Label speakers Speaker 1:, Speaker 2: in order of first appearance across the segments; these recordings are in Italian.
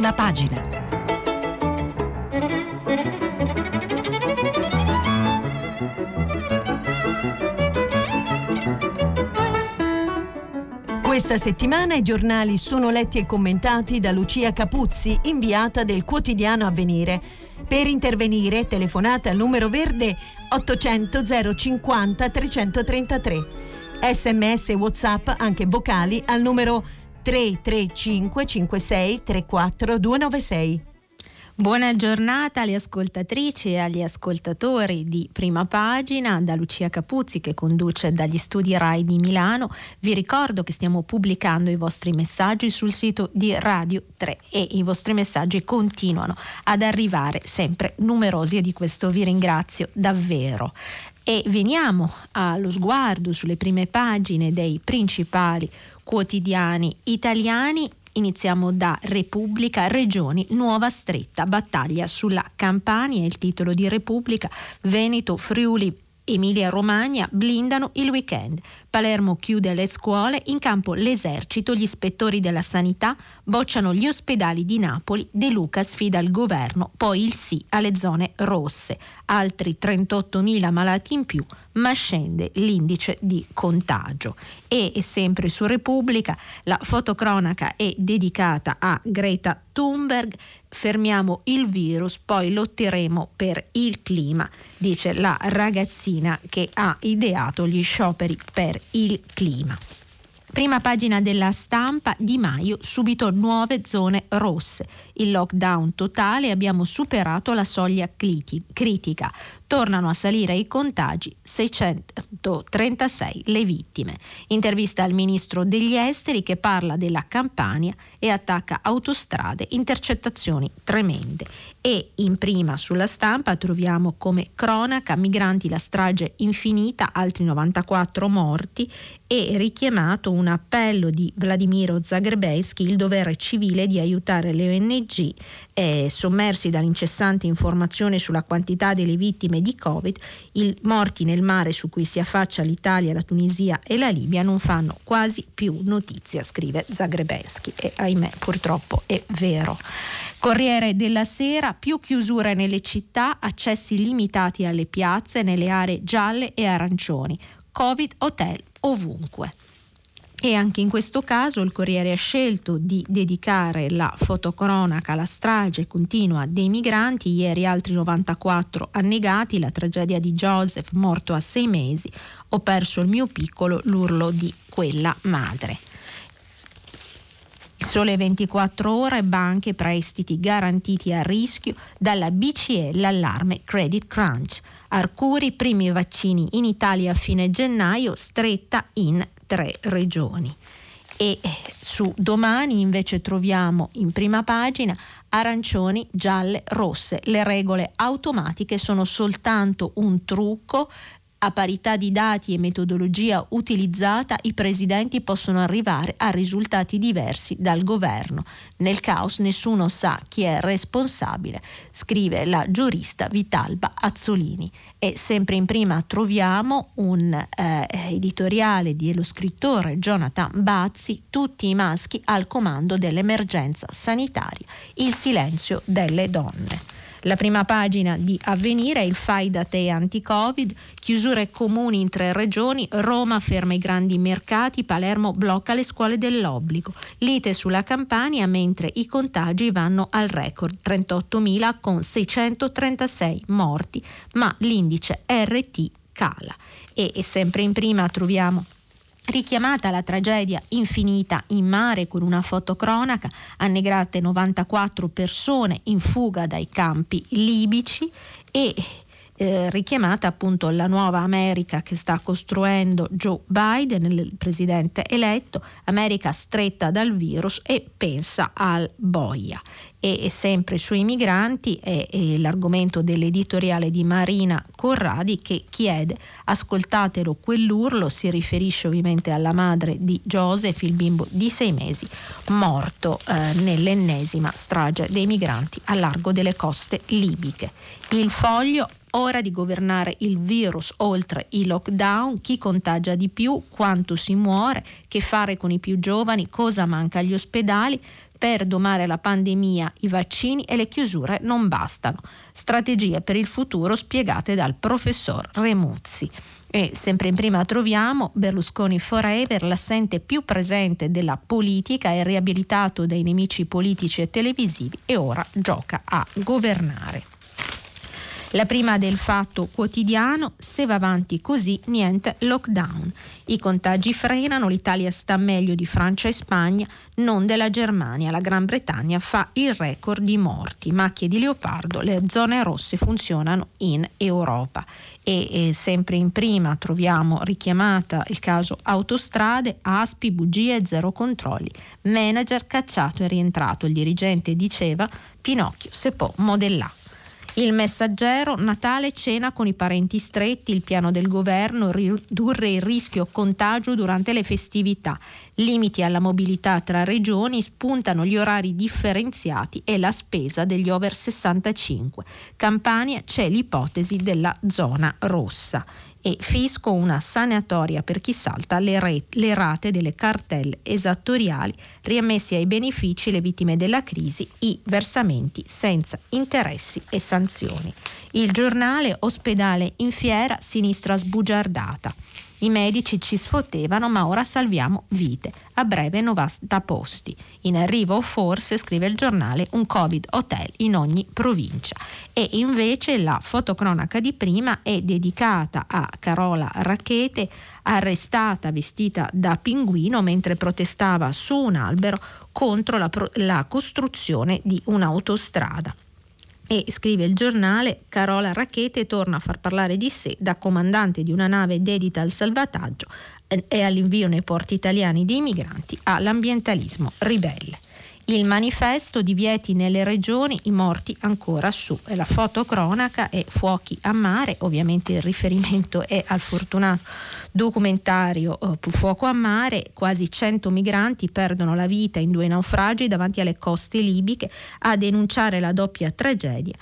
Speaker 1: Prima pagina. Questa settimana i giornali sono letti e commentati da Lucia Capuzzi, inviata del quotidiano Avvenire. Per intervenire telefonate al numero verde 800 050 333. SMS e WhatsApp anche vocali al numero 335 56 34 296.
Speaker 2: Buona giornata alle ascoltatrici e agli ascoltatori di Prima Pagina, da Lucia Capuzzi che conduce dagli studi RAI di Milano. Vi ricordo che stiamo pubblicando i vostri messaggi sul sito di Radio 3 e i vostri messaggi continuano ad arrivare sempre numerosi e di questo vi ringrazio davvero. E veniamo allo sguardo sulle prime pagine dei principali quotidiani italiani. Iniziamo da Repubblica, Regioni, nuova stretta, battaglia sulla Campania, il titolo di Repubblica. Veneto, Friuli, Emilia Romagna blindano il weekend. Palermo chiude le scuole, in campo l'esercito, gli ispettori della sanità bocciano gli ospedali di Napoli, De Luca sfida il governo, poi il sì alle zone rosse. Altri 38.000 malati in più, ma scende l'indice di contagio. E sempre su Repubblica la fotocronaca è dedicata a Greta Thunberg. Fermiamo il virus, poi lotteremo per il clima, dice la ragazzina che ha ideato gli scioperi per il clima. Prima pagina della Stampa, Di Maio, subito nuove zone rosse. Il lockdown totale, abbiamo superato la soglia critica. Tornano a salire i contagi, 636 le vittime. Intervista al ministro degli esteri che parla della Campania e attacca autostrade, intercettazioni tremende. E in prima sulla Stampa troviamo come cronaca migranti, la strage infinita, altri 94 morti, e richiamato un appello di Vladimiro Zagrebelsky, il dovere civile di aiutare le ONG sommersi dall'incessante informazione sulla quantità delle vittime di Covid. I morti nel mare su cui si affaccia l'Italia, la Tunisia e la Libia non fanno quasi più notizia, scrive Zagrebelsky, e ahimè purtroppo è vero. Corriere della Sera, più chiusure nelle città, accessi limitati alle piazze, nelle aree gialle e arancioni, Covid, hotel ovunque. E anche in questo caso il Corriere ha scelto di dedicare la fotocronaca alla strage continua dei migranti. Ieri altri 94 annegati, la tragedia di Joseph, morto a 6 mesi, ho perso il mio piccolo, l'urlo di quella madre. Il Sole 24 Ore, banche, prestiti garantiti a rischio dalla BCE, l'allarme credit crunch. Arcuri, primi vaccini in Italia a fine gennaio, stretta in 3 regioni. E su Domani invece troviamo in prima pagina arancioni, gialle, rosse. Le regole automatiche sono soltanto un trucco. A parità di dati e metodologia utilizzata, i presidenti possono arrivare a risultati diversi dal governo. Nel caos nessuno sa chi è responsabile, scrive la giurista Vitalba Azzolini. E sempre in prima troviamo un editoriale dello scrittore Jonathan Bazzi, tutti i maschi al comando dell'emergenza sanitaria, il silenzio delle donne. La prima pagina di Avvenire è il fai da te anti-Covid, chiusure comuni in 3 regioni, Roma ferma i grandi mercati, Palermo blocca le scuole dell'obbligo, lite sulla Campania mentre i contagi vanno al record, 38.000 con 636 morti, ma l'indice RT cala. E sempre in prima troviamo richiamata la tragedia infinita in mare con una fotocronaca, annegate 94 persone in fuga dai campi libici e richiamata appunto la nuova America che sta costruendo Joe Biden, il presidente eletto, America stretta dal virus e pensa al boia. E sempre sui migranti è l'argomento dell'editoriale di Marina Corradi che chiede: ascoltatelo quell'urlo, si riferisce ovviamente alla madre di Joseph, il bimbo di 6 mesi morto nell'ennesima strage dei migranti a largo delle coste libiche. Il Foglio, ora di governare il virus oltre i lockdown, chi contagia di più, quanto si muore, che fare con i più giovani, cosa manca agli ospedali. Per domare la pandemia i vaccini e le chiusure non bastano. Strategie per il futuro spiegate dal professor Remuzzi. E sempre in prima troviamo Berlusconi Forever, l'assente più presente della politica, è riabilitato dai nemici politici e televisivi e ora gioca a governare. La prima del Fatto Quotidiano: se va avanti così niente lockdown. I contagi frenano, l'Italia sta meglio di Francia e Spagna, non della Germania. La Gran Bretagna fa il record di morti. Macchie di leopardo, le zone rosse funzionano in Europa. E sempre in prima troviamo richiamata il caso autostrade, Aspi, bugie, zero controlli. Manager cacciato e rientrato. Il dirigente diceva: Pinocchio se può modellà. Il Messaggero: Natale, cena con i parenti stretti, il piano del governo, ridurre il rischio contagio durante le festività, limiti alla mobilità tra regioni, spuntano gli orari differenziati e la spesa degli over 65. Campania, c'è l'ipotesi della zona rossa. E fisco, una sanatoria per chi salta le rate delle cartelle esattoriali, riammessi ai benefici le vittime della crisi, i versamenti senza interessi e sanzioni. Il Giornale: ospedale in fiera, sinistra sbugiardata. I medici ci sfottevano, ma ora salviamo vite. A breve 90 posti. In arrivo forse, scrive il Giornale, un Covid hotel in ogni provincia. E invece la fotocronaca di prima è dedicata a Carola Rackete, arrestata vestita da pinguino mentre protestava su un albero contro la costruzione di un'autostrada. E scrive il Giornale: Carola Rackete torna a far parlare di sé da comandante di una nave dedita al salvataggio e all'invio nei porti italiani di migranti all'ambientalismo ribelle. Il Manifesto: divieti nelle regioni, i morti ancora su. E la fotocronaca è fuochi a mare, ovviamente il riferimento è al fortunato documentario Fuoco a mare. Quasi 100 migranti perdono la vita in 2 naufragi davanti alle coste libiche. A denunciare la doppia tragedia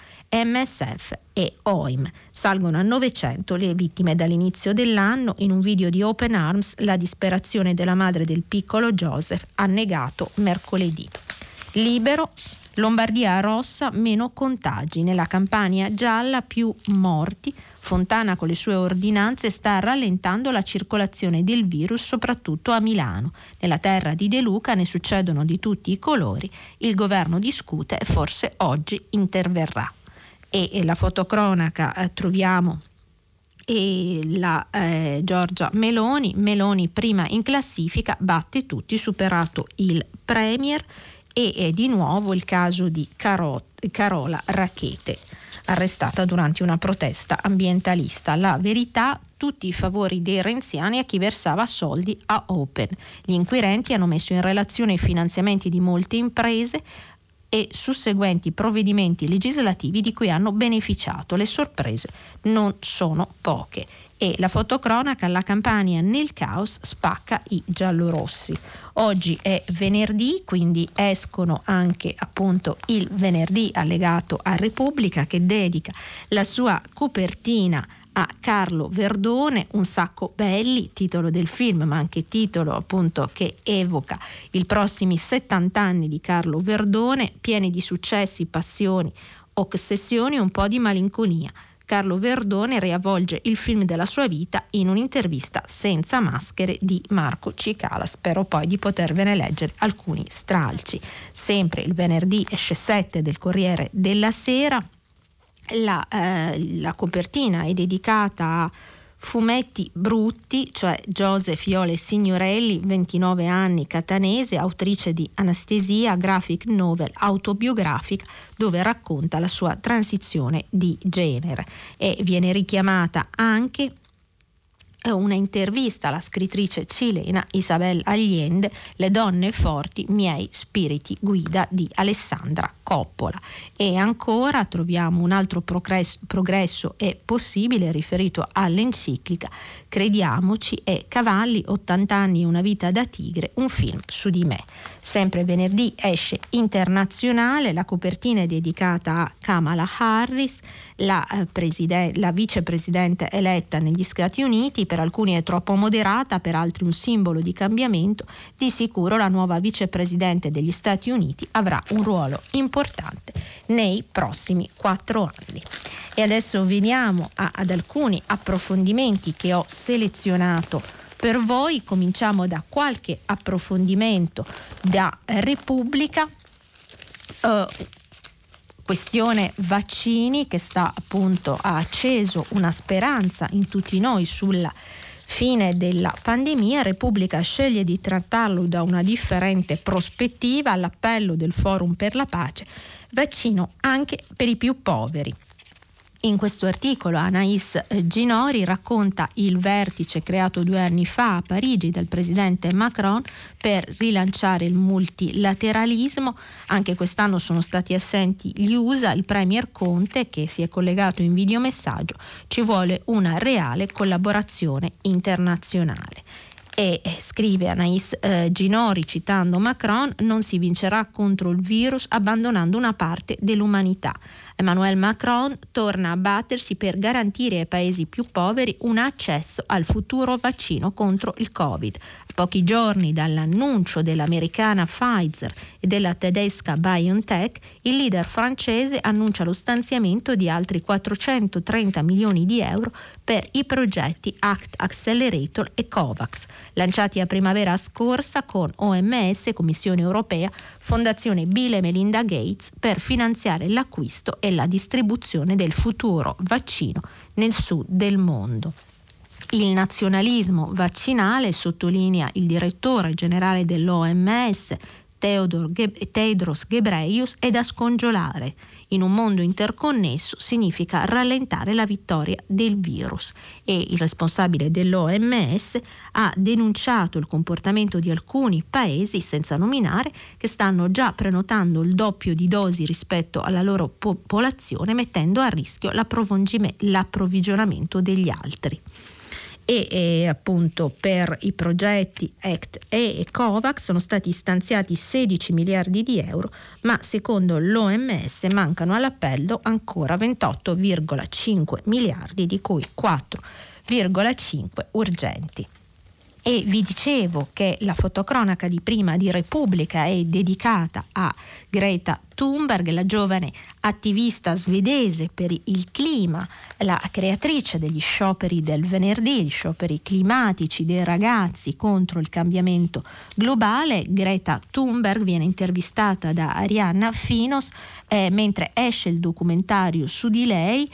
Speaker 2: MSF e OIM. Salgono a 900 le vittime dall'inizio dell'anno. In un video di Open Arms la disperazione della madre del piccolo Joseph, annegato mercoledì. Libero: Lombardia rossa, meno contagi. Nella Campania gialla, più morti. Fontana con le sue ordinanze sta rallentando la circolazione del virus, soprattutto a Milano. Nella terra di De Luca ne succedono di tutti i colori. Il governo discute e forse oggi interverrà. E la fotocronaca troviamo la Giorgia Meloni prima in classifica, batte tutti, superato il Premier. E di nuovo il caso di Carola Rackete, arrestata durante una protesta ambientalista. La Verità: tutti i favori dei renziani a chi versava soldi a Open. Gli inquirenti hanno messo in relazione i finanziamenti di molte imprese e susseguenti provvedimenti legislativi di cui hanno beneficiato. Le sorprese non sono poche. E la fotocronaca: la Campania nel caos, spacca i giallorossi. Oggi è venerdì, quindi escono anche appunto il venerdì allegato a Repubblica, che dedica la sua copertina a Carlo Verdone, Un sacco belli, titolo del film, ma anche titolo appunto che evoca i prossimi 70 anni di Carlo Verdone, pieni di successi, passioni, ossessioni e un po' di malinconia. Carlo Verdone riavvolge il film della sua vita in un'intervista senza maschere di Marco Cicala. Spero poi di potervene leggere alcuni stralci. Sempre il venerdì esce 7 del Corriere della Sera. La copertina è dedicata a Fumetti brutti, cioè Joseph Iole Signorelli, 29 anni, catanese, autrice di Anestesia, graphic novel autobiografica dove racconta la sua transizione di genere. E viene richiamata anche una intervista alla scrittrice cilena Isabel Allende, Le donne forti, miei spiriti guida, di Alessandra Costa. coppola. E ancora troviamo un altro progresso è possibile riferito all'enciclica Crediamoci e Cavalli, 80 anni e una vita da tigre, un film su di me. Sempre venerdì esce Internazionale, la copertina è dedicata a Kamala Harris, la vicepresidente eletta negli Stati Uniti. Per alcuni è troppo moderata, per altri un simbolo di cambiamento. Di sicuro la nuova vicepresidente degli Stati Uniti avrà un ruolo importante nei prossimi 4 anni. E adesso veniamo ad alcuni approfondimenti che ho selezionato per voi. Cominciamo da qualche approfondimento da Repubblica. Questione vaccini che ha acceso una speranza in tutti noi sulla fine della pandemia. Repubblica sceglie di trattarlo da una differente prospettiva all'appello del Forum per la Pace, vaccino anche per i più poveri. In questo articolo Anaïs Ginori racconta il vertice creato 2 anni fa a Parigi dal presidente Macron per rilanciare il multilateralismo. Anche quest'anno sono stati assenti gli USA. Il premier Conte, che si è collegato in videomessaggio: ci vuole una reale collaborazione internazionale. E scrive Anaïs Ginori citando Macron: non si vincerà contro il virus abbandonando una parte dell'umanità. Emmanuel Macron torna a battersi per garantire ai paesi più poveri un accesso al futuro vaccino contro il Covid. A pochi giorni dall'annuncio dell'americana Pfizer e della tedesca BioNTech, il leader francese annuncia lo stanziamento di altri 430 milioni di euro per i progetti ACT Accelerator e COVAX, lanciati a primavera scorsa con OMS, Commissione Europea, Fondazione Bill e Melinda Gates, per finanziare l'acquisto e la distribuzione del futuro vaccino nel sud del mondo. Il nazionalismo vaccinale, sottolinea il direttore generale dell'OMS, Tedros Ghebreyesus, è da scongiurare. In un mondo interconnesso significa rallentare la vittoria del virus. E il responsabile dell'OMS ha denunciato il comportamento di alcuni paesi, senza nominare, che stanno già prenotando il doppio di dosi rispetto alla loro popolazione, mettendo a rischio l'approvvigionamento degli altri. E appunto per i progetti ACT e COVAX sono stati stanziati 16 miliardi di euro, ma secondo l'OMS mancano all'appello ancora 28,5 miliardi, di cui 4,5 urgenti. E vi dicevo che la fotocronaca di prima di Repubblica è dedicata a Greta Thunberg, la giovane attivista svedese per il clima, la creatrice degli scioperi del venerdì, gli scioperi climatici dei ragazzi contro il cambiamento globale. Greta Thunberg viene intervistata da Arianna Finos mentre esce il documentario su di lei.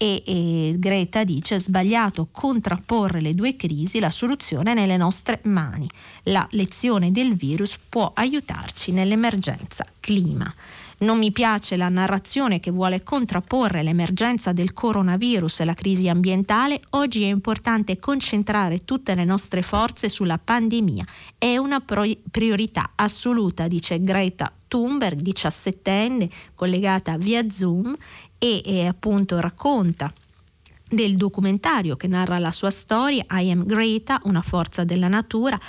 Speaker 2: E Greta dice: è sbagliato contrapporre le due crisi, la soluzione è nelle nostre mani. La lezione del virus può aiutarci nell'emergenza clima. Non mi piace la narrazione che vuole contrapporre l'emergenza del coronavirus e la crisi ambientale. Oggi è importante concentrare tutte le nostre forze sulla pandemia. È una priorità assoluta, dice Greta Thunberg, 17enne, collegata via Zoom, e appunto racconta del documentario che narra la sua storia, I Am Greta, una forza della natura.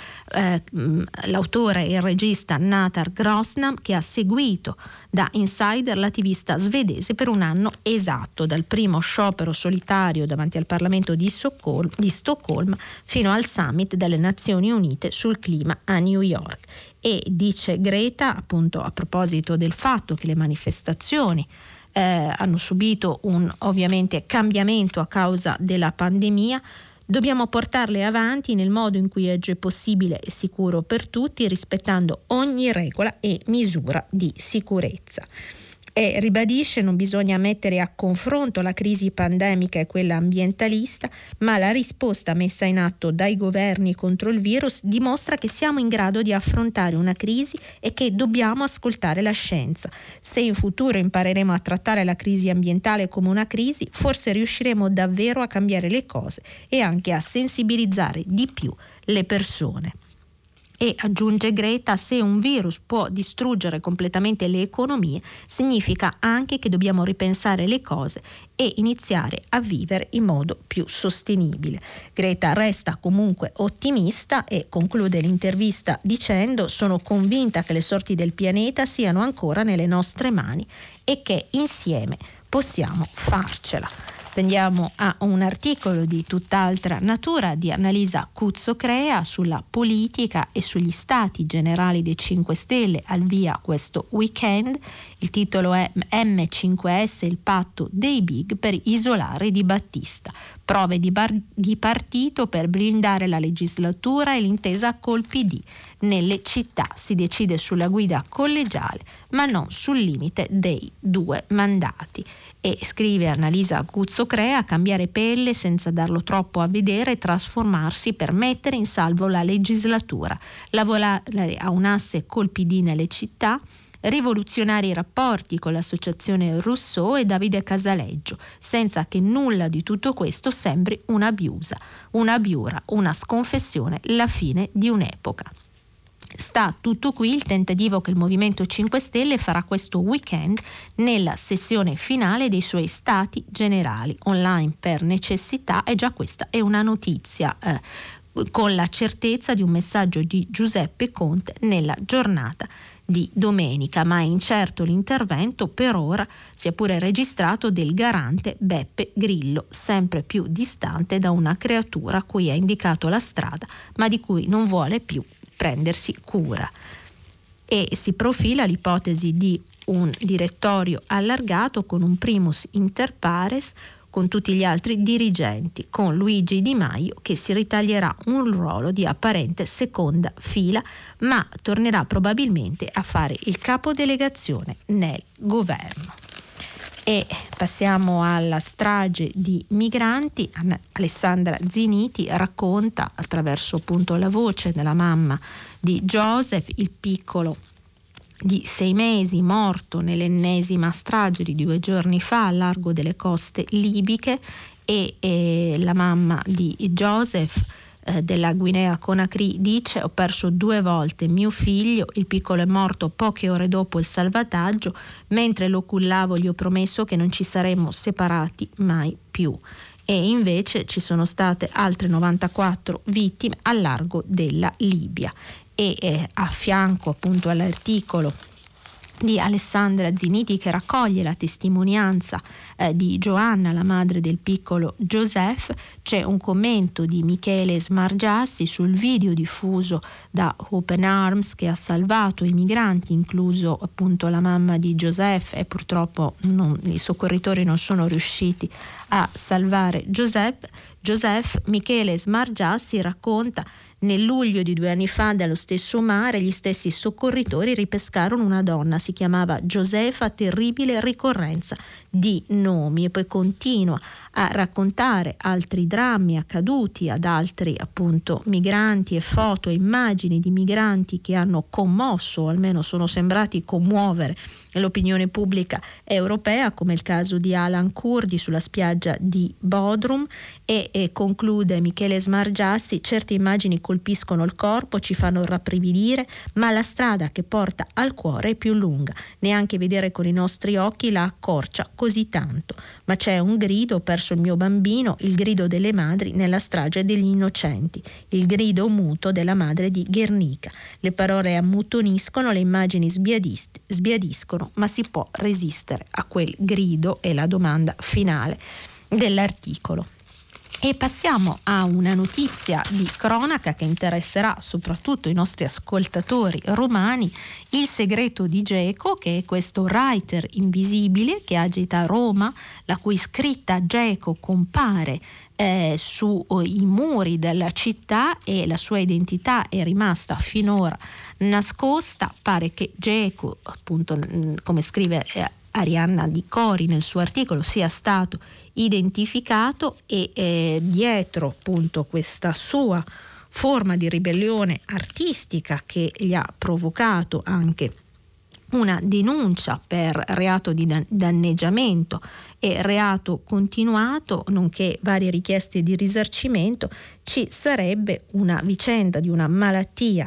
Speaker 2: L'autore e il regista Nathar Grossnam, che ha seguito da insider l'attivista svedese per un anno esatto, dal primo sciopero solitario davanti al Parlamento di Stoccolma fino al summit delle Nazioni Unite sul clima a New York. E dice Greta, appunto a proposito del fatto che le manifestazioni hanno subito un ovviamente cambiamento a causa della pandemia, dobbiamo portarle avanti nel modo in cui è possibile e sicuro per tutti, rispettando ogni regola e misura di sicurezza. E ribadisce: non bisogna mettere a confronto la crisi pandemica e quella ambientalista, ma la risposta messa in atto dai governi contro il virus dimostra che siamo in grado di affrontare una crisi e che dobbiamo ascoltare la scienza. Se in futuro impareremo a trattare la crisi ambientale come una crisi, forse riusciremo davvero a cambiare le cose e anche a sensibilizzare di più le persone. E aggiunge Greta, se un virus può distruggere completamente le economie, significa anche che dobbiamo ripensare le cose e iniziare a vivere in modo più sostenibile. Greta resta comunque ottimista e conclude l'intervista dicendo: sono convinta che le sorti del pianeta siano ancora nelle nostre mani e che insieme possiamo farcela. Andiamo a un articolo di tutt'altra natura di Annalisa Cuzzocrea sulla politica e sugli stati generali dei 5 Stelle al via questo weekend. Il titolo è M5S, il patto dei big per isolare Di Battista. Prove di partito per blindare la legislatura e l'intesa col PD. Nelle città si decide sulla guida collegiale, ma non sul limite dei 2 mandati. E scrive Annalisa Cuzzocrea: cambiare pelle senza darlo troppo a vedere e trasformarsi per mettere in salvo la legislatura, lavorare a un asse col PD nelle città, rivoluzionare i rapporti con l'associazione Rousseau e Davide Casaleggio, senza che nulla di tutto questo sembri una biusa, una biura, una sconfessione, la fine di un'epoca. Sta tutto qui il tentativo che il Movimento 5 Stelle farà questo weekend nella sessione finale dei suoi stati generali online per necessità, e già questa è una notizia con la certezza di un messaggio di Giuseppe Conte nella giornata di domenica, ma è incerto l'intervento per ora, sia pure registrato, del garante Beppe Grillo, sempre più distante da una creatura a cui ha indicato la strada ma di cui non vuole più prendersi cura. E si profila l'ipotesi di un direttorio allargato con un primus inter pares con tutti gli altri dirigenti, con Luigi Di Maio che si ritaglierà un ruolo di apparente seconda fila, ma tornerà probabilmente a fare il capodelegazione nel governo. E passiamo alla strage di migranti. Alessandra Ziniti racconta, attraverso appunto la voce della mamma di Joseph, il piccolo di 6 mesi morto nell'ennesima strage di 2 giorni fa al largo delle coste libiche, e la mamma di Joseph della Guinea Conakry dice: ho perso 2 volte mio figlio, il piccolo è morto poche ore dopo il salvataggio, mentre lo cullavo gli ho promesso che non ci saremmo separati mai più. E invece ci sono state altre 94 vittime al largo della Libia. E a fianco appunto all'articolo di Alessandra Ziniti, che raccoglie la testimonianza di Joanna, la madre del piccolo Joseph, c'è un commento di Michele Smargiassi sul video diffuso da Open Arms che ha salvato i migranti, incluso appunto la mamma di Joseph, e purtroppo i soccorritori non sono riusciti a salvare Joseph. Michele Smargiassi racconta: nel luglio di 2 anni fa, dallo stesso mare, gli stessi soccorritori ripescarono una donna, si chiamava Josefa, terribile ricorrenza di nomi. E poi continua a raccontare altri drammi accaduti ad altri appunto migranti, e foto e immagini di migranti che hanno commosso, o almeno sono sembrati commuovere, l'opinione pubblica europea, come il caso di Alan Kurdi sulla spiaggia di Bodrum. E conclude Michele Smargiassi: certe immagini colpiscono il corpo, ci fanno rabbrividire, ma la strada che porta al cuore è più lunga, neanche vedere con i nostri occhi la accorcia così tanto. Ma c'è un grido: ho perso il mio bambino, il grido delle madri nella strage degli innocenti, il grido muto della madre di Guernica. Le parole ammutoniscono, le immagini sbiadiscono, ma si può resistere a quel grido? È la domanda finale dell'articolo. E passiamo a una notizia di cronaca che interesserà soprattutto i nostri ascoltatori romani: il segreto di Geco, che è questo writer invisibile che agita Roma, la cui scritta Geco compare sui muri della città, e la sua identità è rimasta finora nascosta. Pare che Geco, appunto, come scrive Arianna Di Cori nel suo articolo, sia stato identificato, e dietro appunto questa sua forma di ribellione artistica, che gli ha provocato anche una denuncia per reato di danneggiamento e reato continuato, nonché varie richieste di risarcimento, ci sarebbe una vicenda di una malattia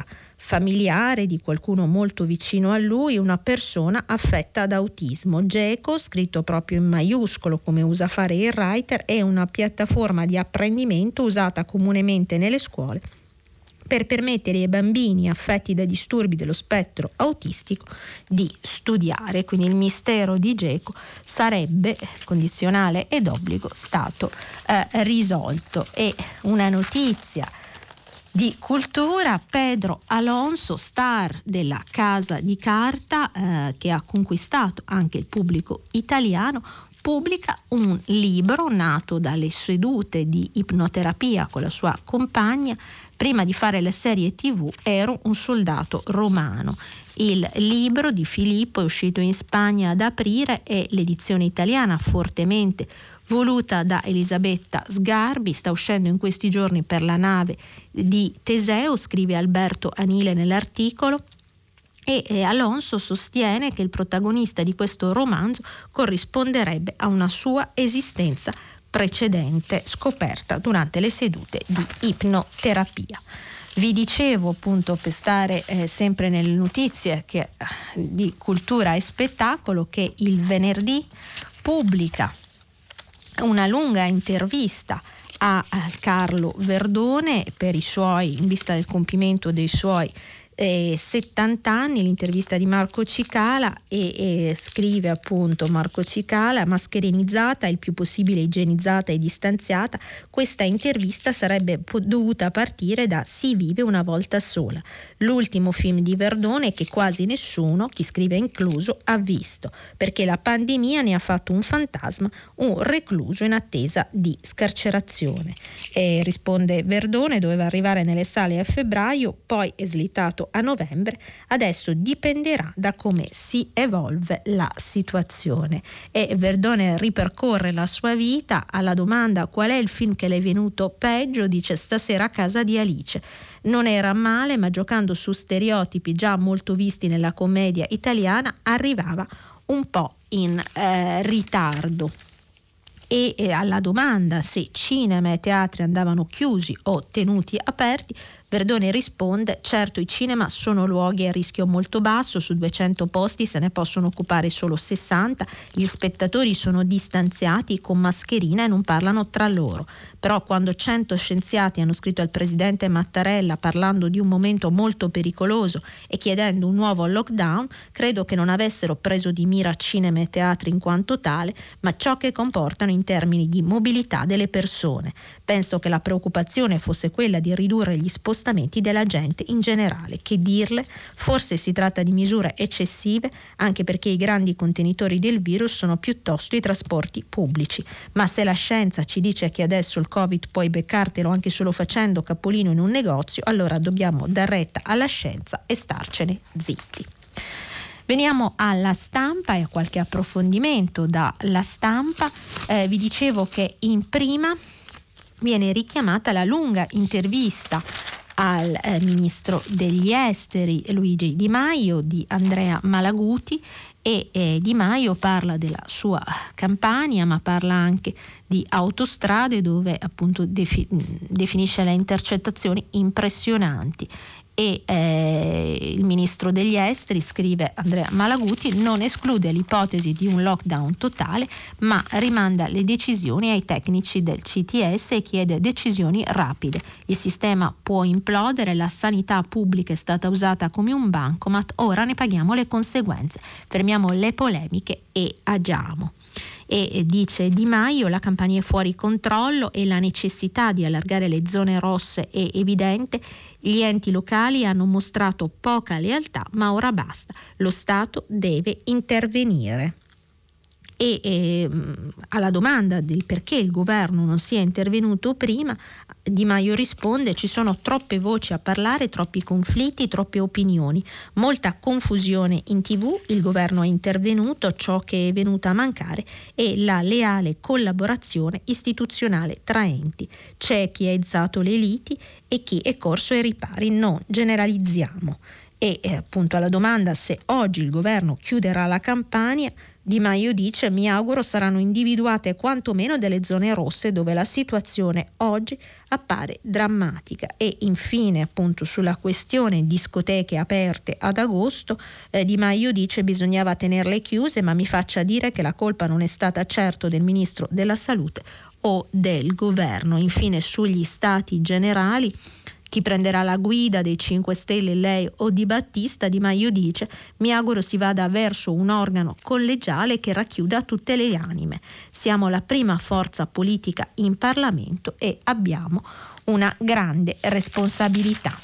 Speaker 2: familiare di qualcuno molto vicino a lui, una persona affetta da autismo. Geco, scritto proprio in maiuscolo come usa fare il writer, è una piattaforma di apprendimento usata comunemente nelle scuole per permettere ai bambini affetti da disturbi dello spettro autistico di studiare. Quindi il mistero di Geco sarebbe, condizionale ed obbligo, stato risolto. E una notizia di cultura: Pedro Alonso, star della Casa di Carta, che ha conquistato anche il pubblico italiano, pubblica un libro nato dalle sedute di ipnoterapia con la sua compagna. Prima di fare la serie TV ero un soldato romano. Il libro di Filippo è uscito in Spagna ad aprile e l'edizione italiana, fortemente voluta da Elisabetta Sgarbi, sta uscendo in questi giorni per la nave di Teseo, scrive Alberto Anile nell'articolo. E Alonso sostiene che il protagonista di questo romanzo corrisponderebbe a una sua esistenza precedente scoperta durante le sedute di ipnoterapia. Vi dicevo, appunto, per stare sempre nelle notizie di cultura e spettacolo, che il venerdì pubblica una lunga intervista a Carlo Verdone in vista del compimento dei suoi 70 anni, l'intervista di Marco Cicala, e scrive appunto Marco Cicala: mascherinizzata, il più possibile igienizzata e distanziata, questa intervista sarebbe dovuta partire da Si vive una volta sola, l'ultimo film di Verdone che quasi nessuno, chi scrive incluso, ha visto, perché la pandemia ne ha fatto un fantasma, un recluso in attesa di scarcerazione. E risponde Verdone: doveva arrivare nelle sale a febbraio, poi è slittato a novembre, adesso dipenderà da come si evolve la situazione. E Verdone ripercorre la sua vita. Alla domanda qual è il film che le è venuto peggio, dice Stasera a casa di Alice. Non era male, ma giocando su stereotipi già molto visti nella commedia italiana arrivava un po' in ritardo. E alla domanda se cinema e teatri andavano chiusi o tenuti aperti, Verdone risponde: certo, i cinema sono luoghi a rischio molto basso, su 200 posti se ne possono occupare solo 60, gli spettatori sono distanziati con mascherina e non parlano tra loro, però quando 100 scienziati hanno scritto al presidente Mattarella parlando di un momento molto pericoloso e chiedendo un nuovo lockdown, credo che non avessero preso di mira cinema e teatri in quanto tale, ma ciò che comportano in termini di mobilità delle persone. Penso che la preoccupazione fosse quella di ridurre gli spostamenti della gente in generale. Che dirle? Forse si tratta di misure eccessive, anche perché i grandi contenitori del virus sono piuttosto i trasporti pubblici. Ma se la scienza ci dice che adesso il Covid puoi beccartelo anche solo facendo capolino in un negozio, allora dobbiamo dar retta alla scienza e starcene zitti. Veniamo alla Stampa e a qualche approfondimento dalla Stampa. Vi dicevo che in prima viene richiamata la lunga intervista al ministro degli esteri Luigi Di Maio di Andrea Malaguti, e Di Maio parla della sua Campania, ma parla anche di autostrade, dove appunto definisce le intercettazioni impressionanti. E il ministro degli esteri, scrive Andrea Malaguti, non esclude l'ipotesi di un lockdown totale, ma rimanda le decisioni ai tecnici del CTS e chiede decisioni rapide. Il sistema può implodere, la sanità pubblica è stata usata come un bancomat, ora ne paghiamo le conseguenze. Fermiamo le polemiche e agiamo. E dice Di Maio: la Campania è fuori controllo e la necessità di allargare le zone rosse è evidente. Gli enti locali hanno mostrato poca lealtà, ma ora basta, lo Stato deve intervenire. E alla domanda del perché il governo non sia intervenuto prima, Di Maio risponde: ci sono troppe voci a parlare, troppi conflitti, troppe opinioni, molta confusione in TV, il governo è intervenuto, ciò che è venuto a mancare è la leale collaborazione istituzionale tra enti. C'è chi ha izzato le liti e chi è corso ai ripari, non generalizziamo. E appunto alla domanda se oggi il governo chiuderà la Campania, Di Maio dice: mi auguro saranno individuate quantomeno delle zone rosse dove la situazione oggi appare drammatica. E infine appunto sulla questione discoteche aperte ad agosto, Di Maio dice: bisognava tenerle chiuse, ma mi faccia dire che la colpa non è stata certo del ministro della salute o del governo. Infine sugli stati generali, chi prenderà la guida dei 5 Stelle, lei o Di Battista? Di Maio dice: mi auguro si vada verso un organo collegiale che racchiuda tutte le anime. Siamo la prima forza politica in Parlamento e abbiamo una grande responsabilità.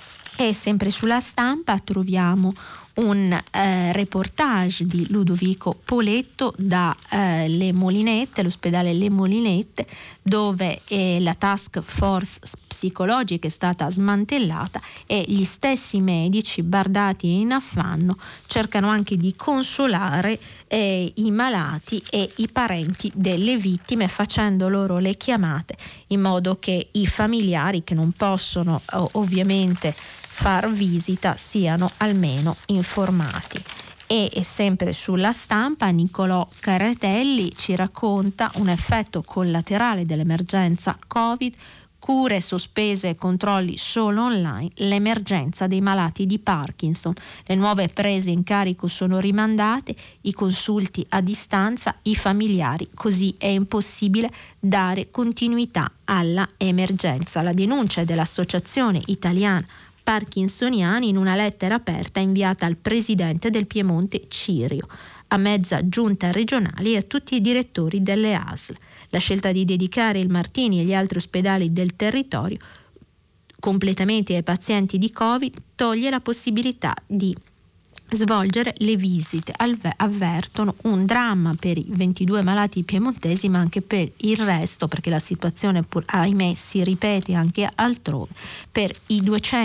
Speaker 2: E sempre sulla Stampa troviamo un reportage di Ludovico Poletto da Le Molinette, l'ospedale Le Molinette, dove la task force psicologica è stata smantellata e gli stessi medici, bardati e in affanno, cercano anche di consolare i malati e i parenti delle vittime, facendo loro le chiamate in modo che i familiari, che non possono ovviamente far visita, siano almeno informati. E sempre sulla Stampa Niccolò Caratelli ci racconta un effetto collaterale dell'emergenza Covid: cure sospese e controlli solo online, l'emergenza dei malati di Parkinson, le nuove prese in carico sono rimandate, i consulti a distanza, i familiari, così è impossibile dare continuità alla emergenza. La denuncia dell'Associazione Italiana Parkinsoniani in una lettera aperta inviata al presidente del Piemonte Cirio, a mezza giunta regionale e a tutti i direttori delle ASL. La scelta di dedicare il Martini e gli altri ospedali del territorio completamente ai pazienti di Covid toglie la possibilità di svolgere le visite. Avvertono un dramma per i 22 malati piemontesi, ma anche per il resto, perché la situazione ahimè si ripete anche altrove, per i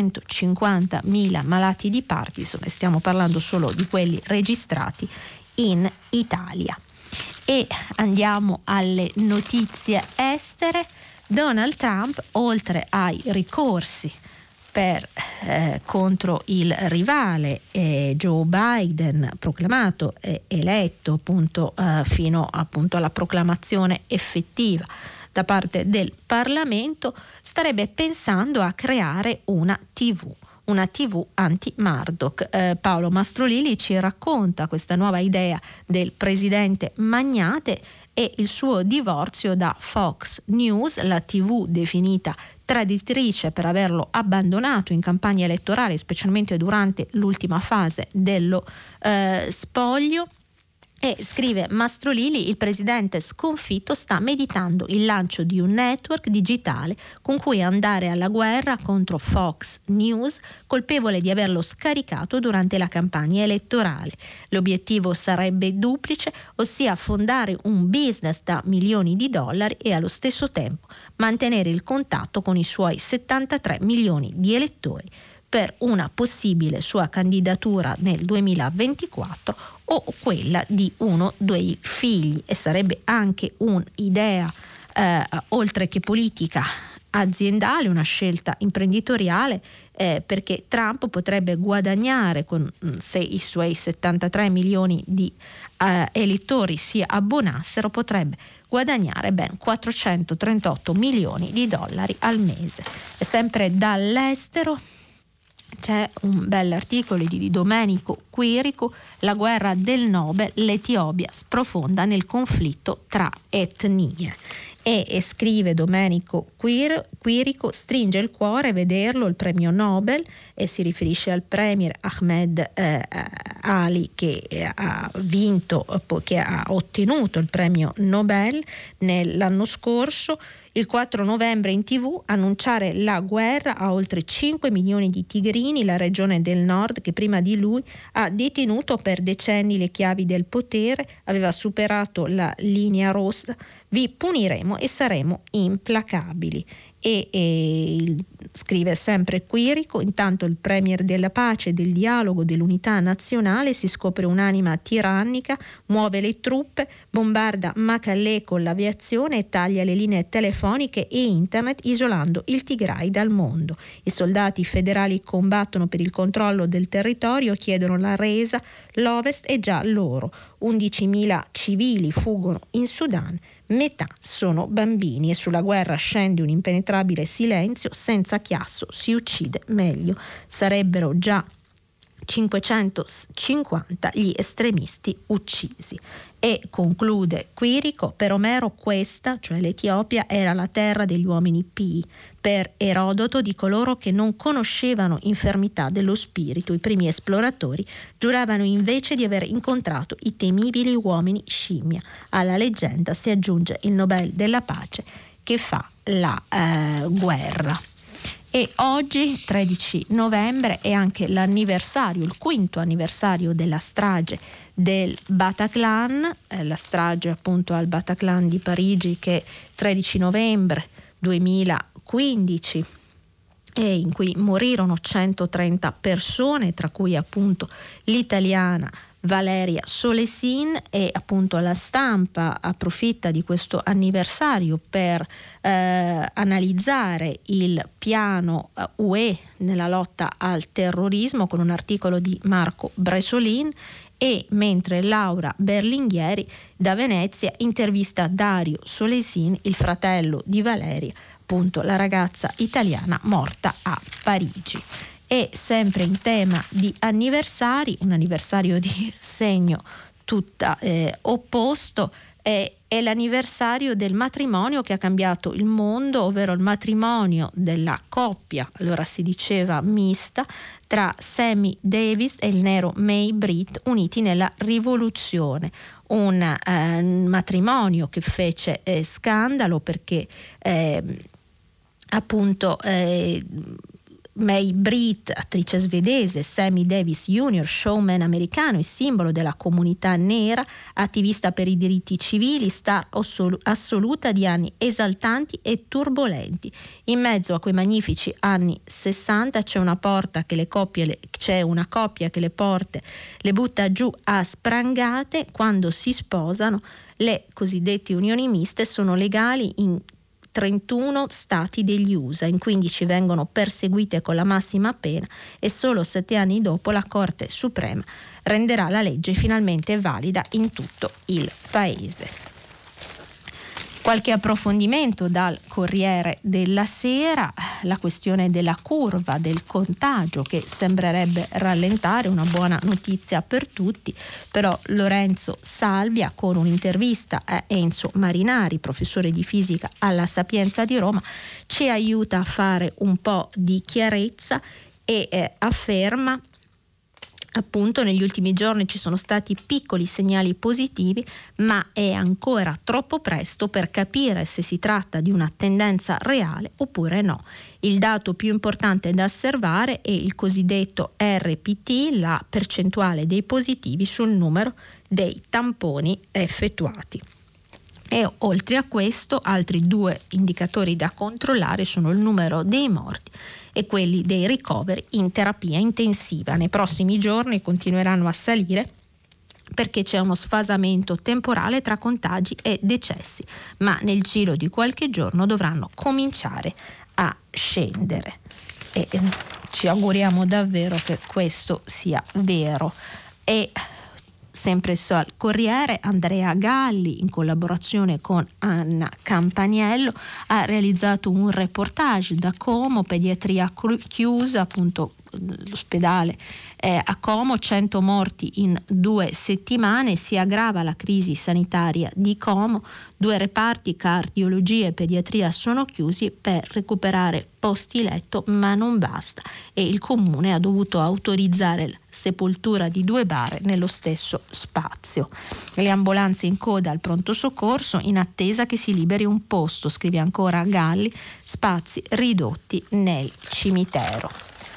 Speaker 2: 250.000 malati di Parkinson, e stiamo parlando solo di quelli registrati in Italia. E andiamo alle notizie estere. Donald Trump, oltre ai ricorsi contro il rivale Joe Biden, proclamato eletto appunto fino appunto alla proclamazione effettiva da parte del Parlamento, starebbe pensando a creare una TV anti-Murdoch. Paolo Mastrolili ci racconta questa nuova idea del presidente magnate e il suo divorzio da Fox News, la TV definita traditrice per averlo abbandonato in campagna elettorale, specialmente durante l'ultima fase dello spoglio. E scrive Mastrolili: il presidente sconfitto sta meditando il lancio di un network digitale con cui andare alla guerra contro Fox News, colpevole di averlo scaricato durante la campagna elettorale. L'obiettivo sarebbe duplice, ossia fondare un business da milioni di dollari e allo stesso tempo mantenere il contatto con i suoi 73 milioni di elettori per una possibile sua candidatura nel 2024 o quella di uno dei figli. E sarebbe anche un'idea oltre che politica aziendale, una scelta imprenditoriale, perché Trump potrebbe guadagnare, se i suoi 73 milioni di elettori si abbonassero, potrebbe guadagnare ben 438 milioni di dollari al mese. E sempre dall'estero c'è un bell'articolo di Domenico Quirico: la guerra del Nobel, l'Etiopia sprofonda nel conflitto tra etnie. E scrive Domenico Quirico: stringe il cuore vederlo il premio Nobel, e si riferisce al premier Ahmed Ali, che ha vinto, che ha ottenuto il premio Nobel l'anno scorso. Il 4 novembre in TV annunciare la guerra a oltre 5 milioni di tigrini, la regione del nord che prima di lui ha detenuto per decenni le chiavi del potere, aveva superato la linea rossa. Vi puniremo e saremo implacabili. scrive sempre Quirico, intanto il premier della pace, del dialogo, dell'unità nazionale si scopre un'anima tirannica, muove le truppe, bombarda Macalè con l'aviazione e taglia le linee telefoniche e internet, isolando il Tigray dal mondo. I soldati federali combattono per il controllo del territorio, chiedono la resa, l'Ovest è già loro. 11.000 civili fuggono in Sudan, metà sono bambini e sulla guerra scende un impenetrabile silenzio, senza chiasso si uccide meglio. Sarebbero già 550 gli estremisti uccisi. E conclude Quirico, per Omero questa, cioè l'Etiopia, era la terra degli uomini pii, per Erodoto di coloro che non conoscevano infermità dello spirito. I primi esploratori giuravano invece di aver incontrato i temibili uomini scimmia. Alla leggenda si aggiunge il Nobel della pace che fa la guerra. E oggi, 13 novembre, è anche l'anniversario, il 5° anniversario della strage del Bataclan, la strage appunto al Bataclan di Parigi, che 13 novembre 2015 e in cui morirono 130 persone, tra cui appunto l'italiana Valeria Solesin, e appunto la stampa approfitta di questo anniversario per analizzare il piano UE nella lotta al terrorismo con un articolo di Marco Bresolin, e mentre Laura Berlinghieri da Venezia intervista Dario Solesin, il fratello di Valeria, appunto la ragazza italiana morta a Parigi. E sempre in tema di anniversari, un anniversario di segno tutta opposto, è l'anniversario del matrimonio che ha cambiato il mondo, ovvero il matrimonio della coppia, allora si diceva mista, tra Sammy Davis e il nero May Britt, uniti nella rivoluzione. Un matrimonio che fece scandalo perché appunto May Britt, attrice svedese, Sammy Davis Jr., showman americano e simbolo della comunità nera, attivista per i diritti civili, star assoluta di anni esaltanti e turbolenti. In mezzo a quei magnifici anni 60 c'è una coppia che le porte le butta giù a sprangate. Quando si sposano, le cosiddette unioni miste sono legali in 31 stati degli USA, in 15 vengono perseguite con la massima pena e solo 7 anni dopo la Corte Suprema renderà la legge finalmente valida in tutto il paese. Qualche approfondimento dal Corriere della Sera, la questione della curva del contagio che sembrerebbe rallentare, una buona notizia per tutti, però Lorenzo Salvia con un'intervista a Enzo Marinari, professore di fisica alla Sapienza di Roma, ci aiuta a fare un po' di chiarezza e afferma appunto negli ultimi giorni ci sono stati piccoli segnali positivi, ma è ancora troppo presto per capire se si tratta di una tendenza reale oppure no. Il dato più importante da osservare è il cosiddetto RPT, la percentuale dei positivi sul numero dei tamponi effettuati. E oltre a questo, altri 2 indicatori da controllare sono il numero dei morti e quelli dei ricoveri in terapia intensiva. Nei prossimi giorni continueranno a salire perché c'è uno sfasamento temporale tra contagi e decessi, ma nel giro di qualche giorno dovranno cominciare a scendere e ci auguriamo davvero che questo sia vero. E sempre sul Corriere, Andrea Galli, in collaborazione con Anna Campaniello, ha realizzato un reportage da Como, pediatria chiusa, appunto l'ospedale a Como, 100 morti in 2 settimane, si aggrava la crisi sanitaria di Como, 2 reparti, cardiologia e pediatria, sono chiusi per recuperare posti letto, ma non basta e il comune ha dovuto autorizzare la sepoltura di 2 bare nello stesso spazio. Le ambulanze in coda al pronto soccorso in attesa che si liberi un posto, scrive ancora Galli, spazi ridotti nel cimitero.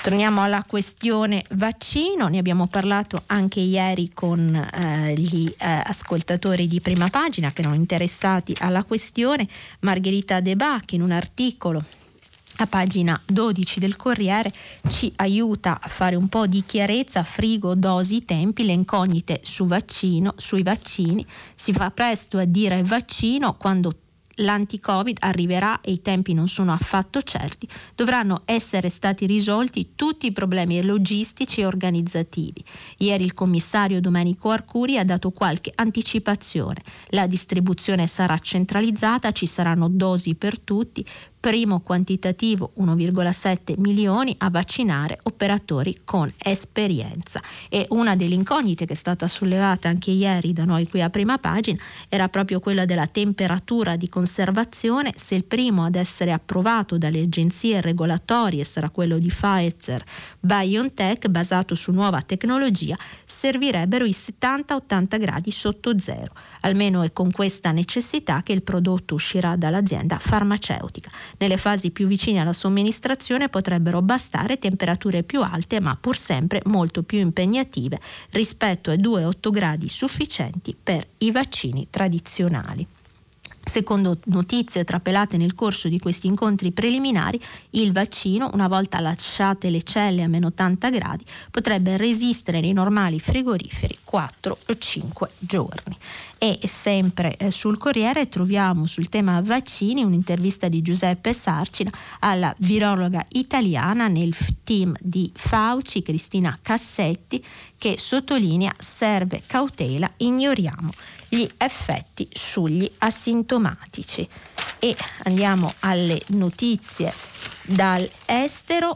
Speaker 2: Torniamo alla questione vaccino, ne abbiamo parlato anche ieri con gli ascoltatori di Prima Pagina che erano interessati alla questione. Margherita De Bacchi in un articolo a pagina 12 del Corriere ci aiuta a fare un po' di chiarezza: frigo, dosi, tempi, le incognite sui vaccini. Si fa presto a dire vaccino quando l'anti-Covid arriverà e i tempi non sono affatto certi. Dovranno essere stati risolti tutti i problemi logistici e organizzativi. Ieri il commissario Domenico Arcuri ha dato qualche anticipazione. La distribuzione sarà centralizzata, ci saranno dosi per tutti. Primo quantitativo 1,7 milioni a vaccinare operatori con esperienza. E una delle incognite che è stata sollevata anche ieri da noi qui a Prima Pagina era proprio quella della temperatura di conservazione. Se il primo ad essere approvato dalle agenzie regolatorie sarà quello di Pfizer BioNTech, basato su nuova tecnologia, servirebbero i 70-80 gradi sotto zero. Almeno è con questa necessità che il prodotto uscirà dall'azienda farmaceutica. Nelle fasi più vicine alla somministrazione potrebbero bastare temperature più alte, ma pur sempre molto più impegnative rispetto ai 2-8 gradi sufficienti per i vaccini tradizionali. Secondo notizie trapelate nel corso di questi incontri preliminari, il vaccino, una volta lasciate le celle a meno 80 gradi, potrebbe resistere nei normali frigoriferi 4 o 5 giorni. E sempre sul Corriere troviamo sul tema vaccini un'intervista di Giuseppe Sarcina alla virologa italiana nel team di Fauci, Cristina Cassetti, che sottolinea: serve cautela, ignoriamo gli effetti sugli asintomatici. E andiamo alle notizie dall'estero.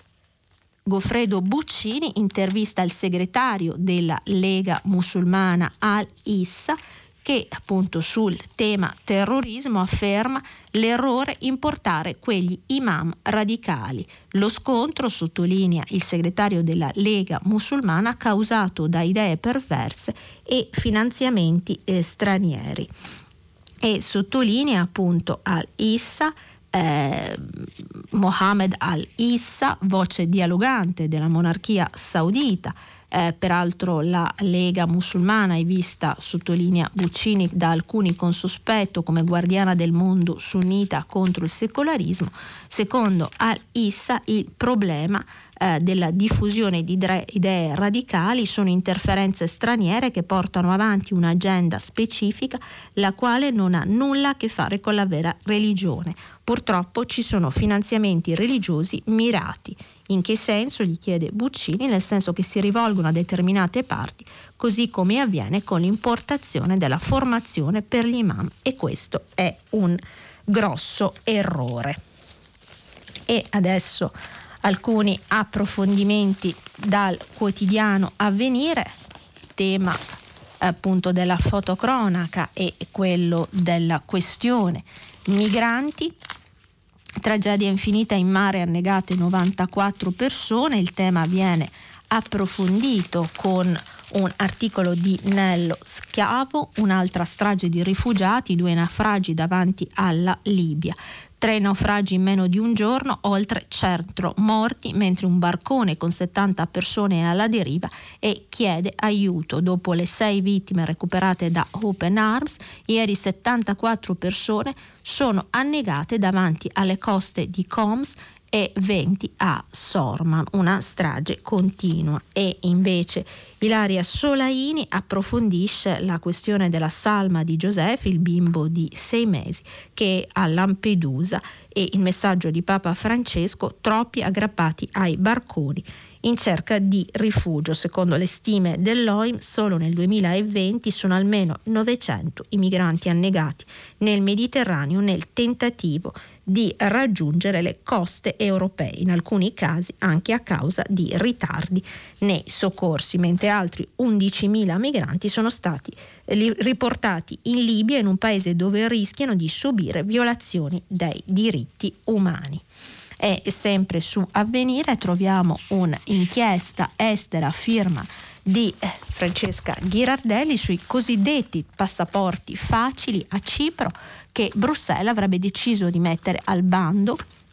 Speaker 2: Goffredo Buccini intervista il segretario della Lega Musulmana Al-Issa, che appunto sul tema terrorismo afferma l'errore importare quegli imam radicali. Lo scontro, sottolinea il segretario della Lega Musulmana, causato da idee perverse e finanziamenti stranieri. E sottolinea appunto Al-Issa, Mohammed Al-Issa, voce dialogante della monarchia saudita. Peraltro la Lega Musulmana è vista, sottolinea Buccini, da alcuni con sospetto come guardiana del mondo sunnita contro il secolarismo. Secondo Al-Issa il problema della diffusione di idee radicali sono interferenze straniere che portano avanti un'agenda specifica, la quale non ha nulla a che fare con la vera religione. Purtroppo ci sono finanziamenti religiosi mirati. In che senso? Gli chiede Buccini. Nel senso che si rivolgono a determinate parti, così come avviene con l'importazione della formazione per gli imam, e questo è un grosso errore. E adesso alcuni approfondimenti dal quotidiano Avvenire, tema appunto della fotocronaca e quello della questione migranti. Tragedia infinita in mare, annegate 94 persone. Il tema viene approfondito con un articolo di Nello Schiavo. Un'altra strage di rifugiati, 2 naufragi davanti alla Libia. 3 naufragi in meno di un giorno, oltre 100 morti, mentre un barcone con 70 persone è alla deriva e chiede aiuto. Dopo le 6 vittime recuperate da Open Arms, ieri 74 persone sono annegate davanti alle coste di Coms e 20 a Sorman, una strage continua. E invece Ilaria Solaini approfondisce la questione della salma di Giuseppe, il bimbo di 6 mesi che è a Lampedusa, e il messaggio di Papa Francesco: troppi aggrappati ai barconi in cerca di rifugio. Secondo le stime dell'OIM, solo nel 2020 sono almeno 900 i migranti annegati nel Mediterraneo nel tentativo di raggiungere le coste europee, in alcuni casi anche a causa di ritardi nei soccorsi, mentre altri 11.000 migranti sono stati riportati in Libia, in un paese dove rischiano di subire violazioni dei diritti umani. E sempre su Avvenire troviamo un'inchiesta estera a firma di Francesca Ghirardelli sui cosiddetti passaporti facili a Cipro, che Bruxelles avrebbe deciso di mettere al bando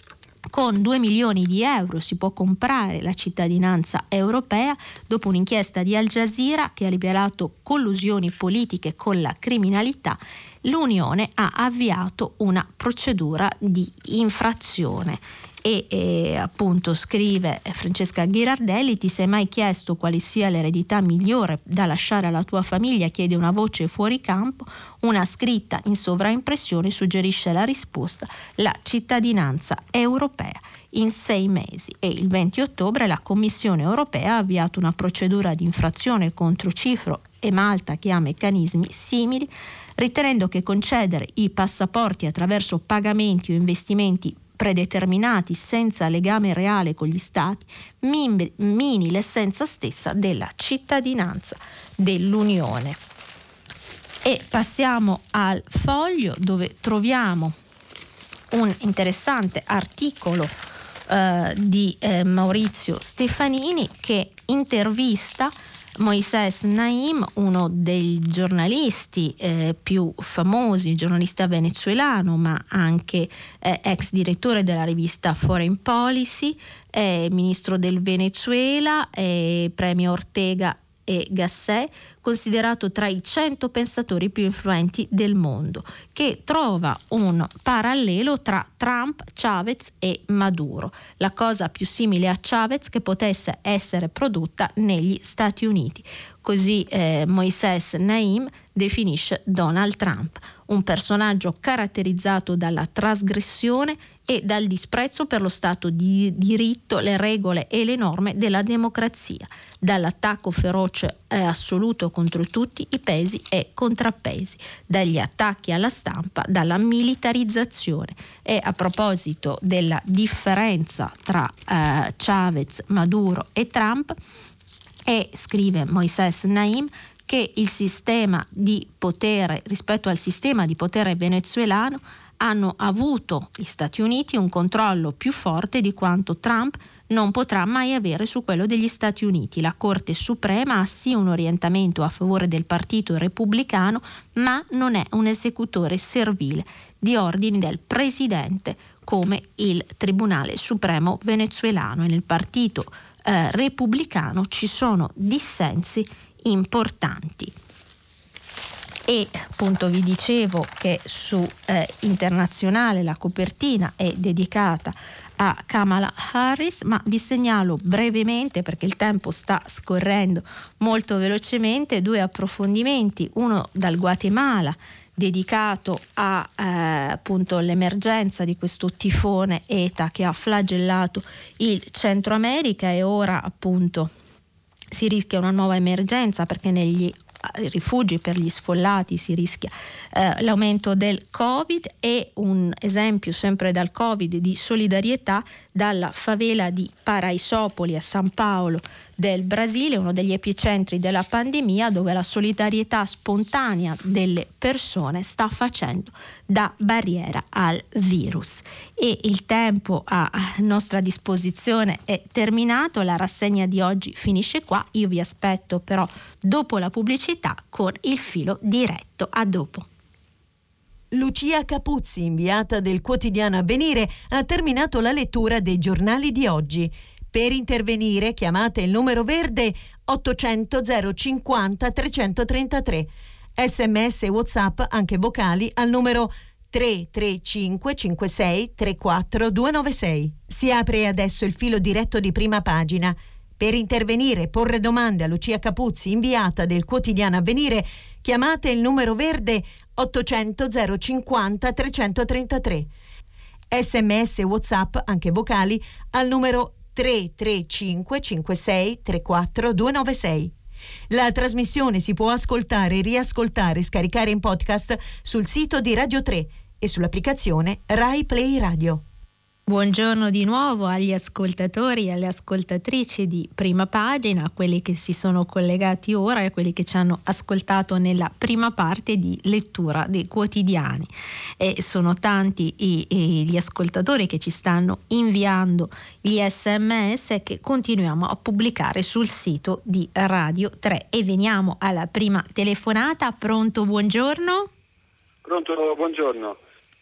Speaker 2: Con 2 milioni di euro si può comprare la cittadinanza europea dopo un'inchiesta di Al Jazeera che ha rivelato collusioni politiche con la criminalità. L'Unione ha avviato una procedura di infrazione. E appunto scrive Francesca Ghirardelli: ti sei mai chiesto quale sia l'eredità migliore da lasciare alla tua famiglia? Chiede una voce fuori campo. Una scritta in sovraimpressione suggerisce la risposta: la cittadinanza europea in 6 mesi. E il 20 ottobre la Commissione europea ha avviato una procedura di infrazione contro Cipro e Malta, che ha meccanismi simili, ritenendo che concedere i passaporti attraverso pagamenti o investimenti predeterminati senza legame reale con gli stati mini l'essenza stessa della cittadinanza dell'Unione. E passiamo al Foglio, dove troviamo un interessante articolo di Maurizio Stefanini, che intervista Moisés Naim, uno dei giornalisti più famosi, giornalista venezuelano, ma anche ex direttore della rivista Foreign Policy, ministro del Venezuela, premio Ortega e Gasset, considerato tra i 100 pensatori più influenti del mondo, che trova un parallelo tra Trump, Chavez e Maduro, la cosa più simile a Chavez che potesse essere prodotta negli Stati Uniti. Così Moisés Naim definisce Donald Trump, un personaggio caratterizzato dalla trasgressione e dal disprezzo per lo Stato di diritto, le regole e le norme della democrazia, dall'attacco feroce e assoluto contro tutti i pesi e contrappesi, dagli attacchi alla stampa, dalla militarizzazione. E a proposito della differenza tra Chavez, Maduro e Trump, e scrive Moisés Naim che il sistema di potere, rispetto al sistema di potere venezuelano, hanno avuto gli Stati Uniti un controllo più forte di quanto Trump non potrà mai avere su quello degli Stati Uniti. La Corte Suprema ha sì un orientamento a favore del partito repubblicano, ma non è un esecutore servile di ordini del presidente come il Tribunale Supremo venezuelano. E nel partito repubblicano ci sono dissensi importanti. E appunto vi dicevo che su Internazionale la copertina è dedicata a Kamala Harris, ma vi segnalo brevemente, perché il tempo sta scorrendo molto velocemente, 2 approfondimenti, uno dal Guatemala dedicato a appunto l'emergenza di questo tifone ETA che ha flagellato il Centro America, e ora appunto si rischia una nuova emergenza perché negli rifugi per gli sfollati si rischia l'aumento del Covid. E un esempio sempre dal Covid di solidarietà dalla favela di Paraisópolis a San Paolo del Brasile, uno degli epicentri della pandemia, dove la solidarietà spontanea delle persone sta facendo da barriera al virus. E il tempo a nostra disposizione è terminato, la rassegna di oggi finisce qua. Io vi aspetto però dopo la pubblicità con il filo diretto. A dopo.
Speaker 1: Lucia Capuzzi, inviata del quotidiano Avvenire, ha terminato la lettura dei giornali di oggi. Per intervenire chiamate il numero verde 800 050 333. SMS e WhatsApp anche vocali al numero 335 56 34 296. Si apre adesso il filo diretto di Prima Pagina. Per intervenire e porre domande a Lucia Capuzzi, inviata del quotidiano Avvenire, chiamate il numero verde 800 050 333. SMS e WhatsApp anche vocali al numero 335 56 34 296. La trasmissione si può ascoltare, riascoltare e scaricare in podcast sul sito di Radio 3 e sull'applicazione Rai Play Radio.
Speaker 2: Buongiorno di nuovo agli ascoltatori e alle ascoltatrici di Prima Pagina, a quelli che si sono collegati ora e a quelli che ci hanno ascoltato nella prima parte di lettura dei quotidiani. E sono tanti gli ascoltatori che ci stanno inviando gli SMS che continuiamo a pubblicare sul sito di Radio 3. E veniamo alla prima telefonata. Pronto, buongiorno?
Speaker 3: Pronto, buongiorno.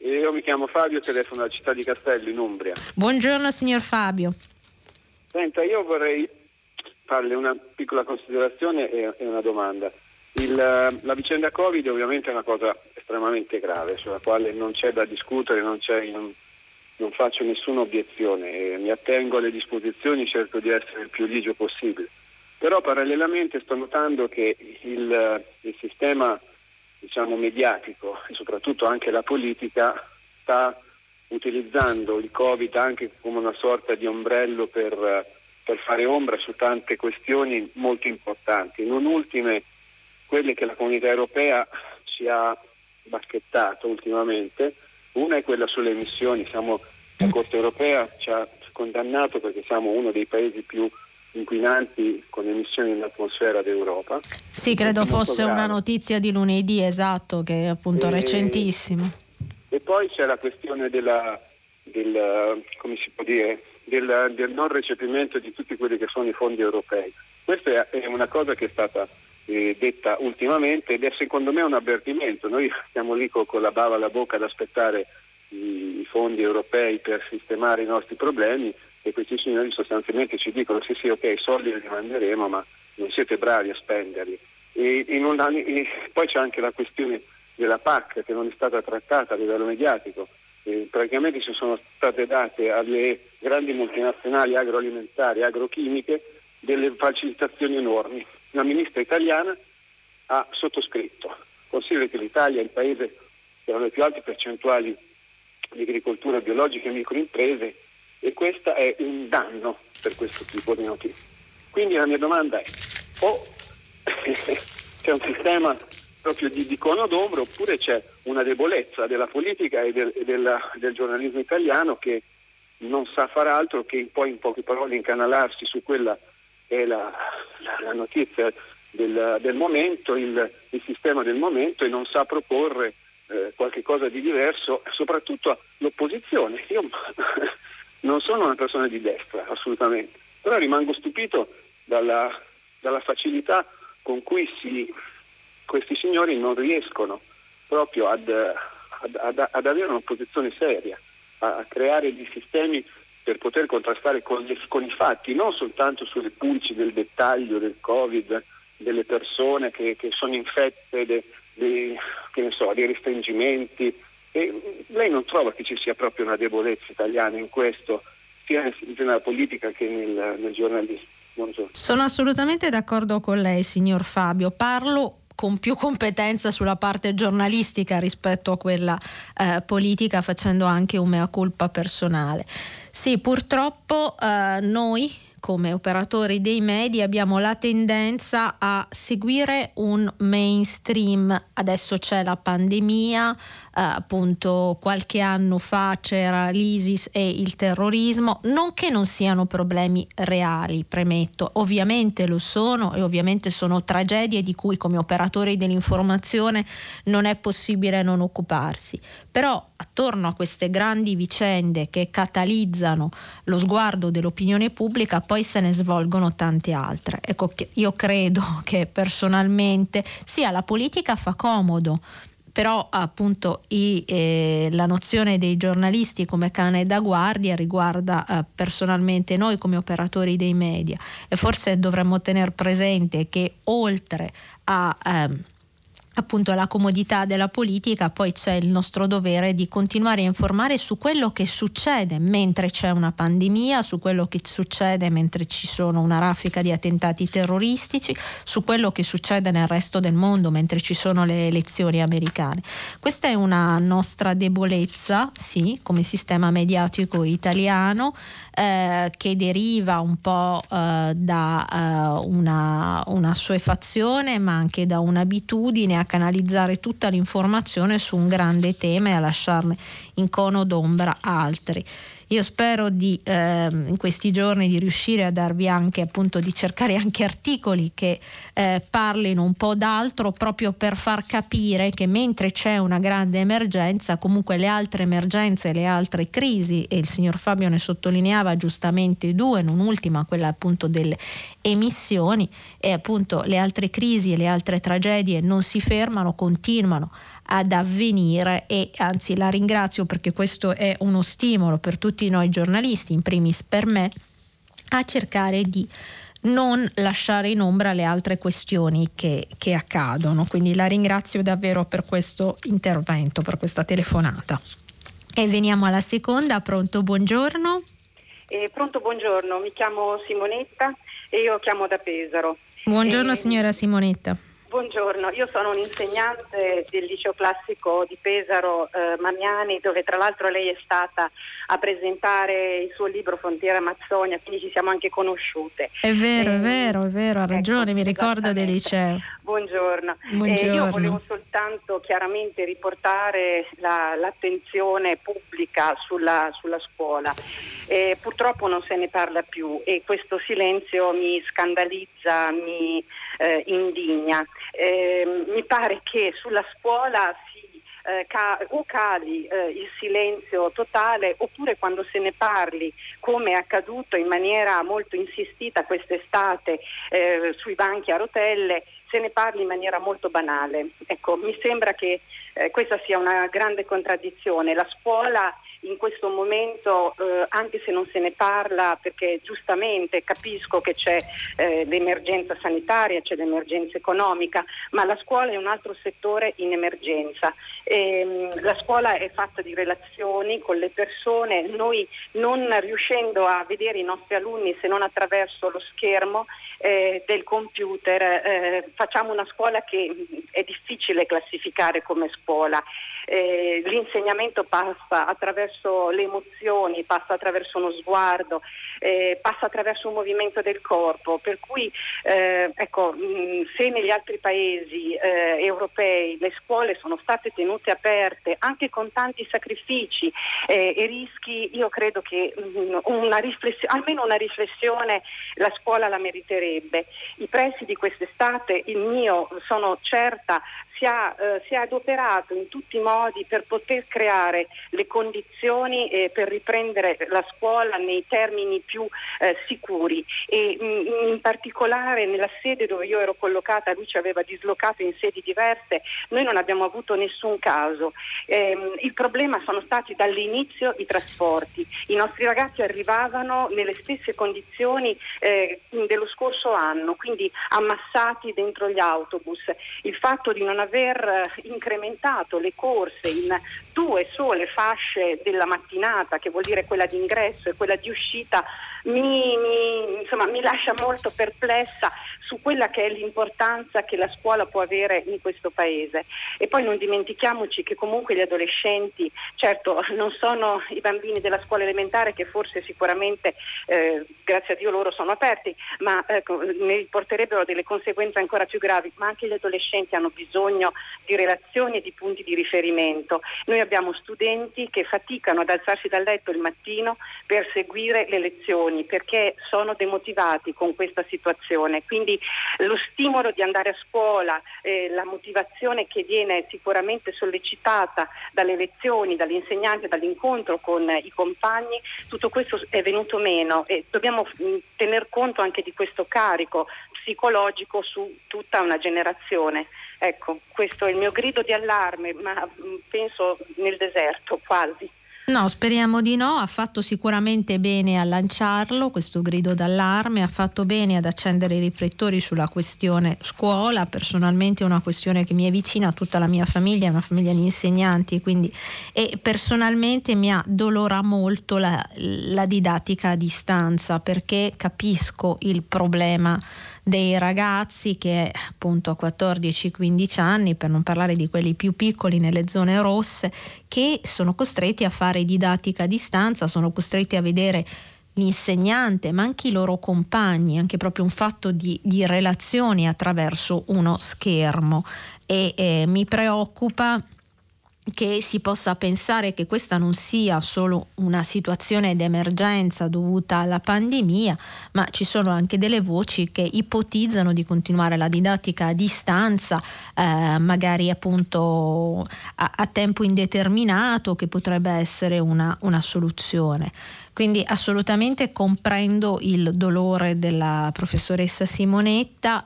Speaker 3: Io mi chiamo Fabio, telefono dalla città di Castello in Umbria.
Speaker 2: Buongiorno signor Fabio.
Speaker 3: Senta, io vorrei farle una piccola considerazione e una domanda. La vicenda Covid ovviamente è una cosa estremamente grave, sulla quale non c'è da discutere, non faccio nessuna obiezione, mi attengo alle disposizioni, cerco di essere il più ligio possibile. Però parallelamente sto notando che il sistema, diciamo, mediatico e soprattutto anche la politica sta utilizzando il Covid anche come una sorta di ombrello per fare ombra su tante questioni molto importanti, non ultime quelle che la Comunità Europea ci ha bacchettato ultimamente. Una è quella sulle emissioni, la Corte Europea ci ha condannato perché siamo uno dei paesi più inquinanti con emissioni nell'atmosfera d'Europa.
Speaker 2: Sì, credo fosse una notizia di lunedì, esatto, che è appunto recentissima.
Speaker 3: E poi c'è la questione del non recepimento di tutti quelli che sono i fondi europei. Questa è una cosa che è stata detta ultimamente ed è secondo me un avvertimento. Noi stiamo lì con la bava alla bocca ad aspettare i fondi europei per sistemare i nostri problemi e questi signori sostanzialmente ci dicono sì ok, i soldi li manderemo ma non siete bravi a spenderli. Poi c'è anche la questione della PAC che non è stata trattata a livello mediatico. Praticamente ci sono state date alle grandi multinazionali agroalimentari, agrochimiche, delle facilitazioni enormi. La ministra italiana ha sottoscritto. Considera che l'Italia è il paese che ha le più alte percentuali di agricoltura biologica e microimprese e questo è un danno per questo tipo di notizie. Quindi la mia domanda è: o c'è un sistema proprio di cono d'ombra oppure c'è una debolezza della politica e del giornalismo italiano che non sa far altro che poi in poche parole incanalarsi su quella che è la notizia del momento, il sistema del momento, e non sa proporre qualche cosa di diverso, soprattutto all'opposizione. Io non sono una persona di destra, assolutamente, però rimango stupito dalla facilità con cui questi signori non riescono proprio ad avere una posizione seria, a creare dei sistemi per poter contrastare con i fatti, non soltanto sulle pulci del dettaglio del Covid, delle persone che sono infette, dei restringimenti. E lei non trova che ci sia proprio una debolezza italiana in questo, sia nella politica che nel giornalismo? Non so.
Speaker 2: Sono assolutamente d'accordo con lei, signor Fabio. Parlo con più competenza sulla parte giornalistica rispetto a quella politica, facendo anche un mea culpa personale. Sì, purtroppo noi come operatori dei media abbiamo la tendenza a seguire un mainstream. Adesso c'è la pandemia, appunto qualche anno fa c'era l'ISIS e il terrorismo, non che non siano problemi reali, premetto, ovviamente lo sono e ovviamente sono tragedie di cui come operatori dell'informazione non è possibile non occuparsi, però attorno a queste grandi vicende che catalizzano lo sguardo dell'opinione pubblica poi se ne svolgono tante altre. Ecco, io credo che personalmente sia la politica fa comodo, però appunto la nozione dei giornalisti come cane da guardia riguarda personalmente noi come operatori dei media, e forse dovremmo tener presente che oltre a appunto alla comodità della politica poi c'è il nostro dovere di continuare a informare su quello che succede mentre c'è una pandemia, su quello che succede mentre ci sono una raffica di attentati terroristici, su quello che succede nel resto del mondo mentre ci sono le elezioni americane. Questa è una nostra debolezza, sì, come sistema mediatico italiano, che deriva un po' da una assuefazione ma anche da un'abitudine a canalizzare tutta l'informazione su un grande tema e a lasciarne in cono d'ombra altri. Io spero in questi giorni di riuscire a darvi anche, appunto, di cercare anche articoli che parlino un po' d'altro, proprio per far capire che mentre c'è una grande emergenza, comunque le altre emergenze, le altre crisi, e il signor Fabio ne sottolineava giustamente due, non ultima quella appunto delle emissioni, e appunto le altre crisi e le altre tragedie non si fermano, continuano ad avvenire. E anzi, la ringrazio perché questo è uno stimolo per tutti noi giornalisti, in primis per me, a cercare di non lasciare in ombra le altre questioni che accadono. Quindi la ringrazio davvero per questo intervento, per questa telefonata. E veniamo alla seconda. Pronto, buongiorno.
Speaker 4: Pronto, buongiorno, mi chiamo Simonetta e io chiamo da Pesaro.
Speaker 2: Buongiorno signora Simonetta.
Speaker 4: Buongiorno, io sono un'insegnante del liceo classico di Pesaro Mariani, dove tra l'altro lei è stata a presentare il suo libro Frontiera Amazzonia, quindi ci siamo anche conosciute.
Speaker 2: È vero, ha ragione, ecco, mi ricordo del liceo.
Speaker 4: Buongiorno.
Speaker 2: Buongiorno.
Speaker 4: Io volevo soltanto chiaramente riportare l'attenzione pubblica sulla scuola. Purtroppo non se ne parla più e questo silenzio mi scandalizza, mi indigna. Mi pare che sulla scuola o cali il silenzio totale, oppure quando se ne parli, come è accaduto in maniera molto insistita quest'estate sui banchi a rotelle, se ne parli in maniera molto banale. Ecco, mi sembra che questa sia una grande contraddizione. La scuola in questo momento, anche se non se ne parla, perché giustamente capisco che c'è l'emergenza sanitaria, c'è l'emergenza economica, ma la scuola è un altro settore in emergenza. La scuola è fatta di relazioni con le persone, noi non riuscendo a vedere i nostri alunni se non attraverso lo schermo del computer, facciamo una scuola che è difficile classificare come scuola. L'insegnamento passa attraverso le emozioni, passa attraverso uno sguardo, passa attraverso un movimento del corpo, per cui se negli altri paesi europei le scuole sono state tenute aperte anche con tanti sacrifici e rischi, io credo che almeno una riflessione la scuola la meriterebbe. I presidi di quest'estate, il mio, sono certa, si è adoperato in tutti i modi per poter creare le condizioni per riprendere la scuola nei termini più sicuri, e in particolare nella sede dove io ero collocata, lui ci aveva dislocato in sedi diverse, noi non abbiamo avuto nessun caso. Il problema sono stati dall'inizio i trasporti. I nostri ragazzi arrivavano nelle stesse condizioni dello scorso anno, quindi ammassati dentro gli autobus. Il fatto di non aver incrementato le corse in 2 sole fasce della mattinata, che vuol dire quella di ingresso e quella di uscita, mi lascia molto perplessa su quella che è l'importanza che la scuola può avere in questo paese. E poi non dimentichiamoci che comunque gli adolescenti, certo non sono i bambini della scuola elementare, che forse sicuramente grazie a Dio loro sono aperti, ma ne riporterebbero delle conseguenze ancora più gravi, ma anche gli adolescenti hanno bisogno di relazioni e di punti di riferimento. Noi abbiamo studenti che faticano ad alzarsi dal letto il mattino per seguire le lezioni, perché sono demotivati con questa situazione. Quindi lo stimolo di andare a scuola, la motivazione che viene sicuramente sollecitata dalle lezioni, dagli insegnanti, dall'incontro con i compagni, tutto questo è venuto meno e dobbiamo tener conto anche di questo carico psicologico su tutta una generazione. Ecco, questo è il mio grido di allarme, ma penso nel deserto quasi.
Speaker 2: No, speriamo di no. Ha fatto sicuramente bene a lanciarlo, questo grido d'allarme, ha fatto bene ad accendere i riflettori sulla questione scuola. Personalmente è una questione che mi è vicina a tutta la mia famiglia, è una famiglia di insegnanti, quindi, e personalmente mi addolora molto la didattica a distanza, perché capisco il problema dei ragazzi che appunto a 14-15 anni, per non parlare di quelli più piccoli nelle zone rosse, che sono costretti a fare didattica a distanza, sono costretti a vedere l'insegnante ma anche i loro compagni, anche proprio un fatto di relazioni attraverso uno schermo, e mi preoccupa che si possa pensare che questa non sia solo una situazione d'emergenza dovuta alla pandemia, ma ci sono anche delle voci che ipotizzano di continuare la didattica a distanza, magari appunto a tempo indeterminato, che potrebbe essere una soluzione. Quindi assolutamente comprendo il dolore della professoressa Simonetta,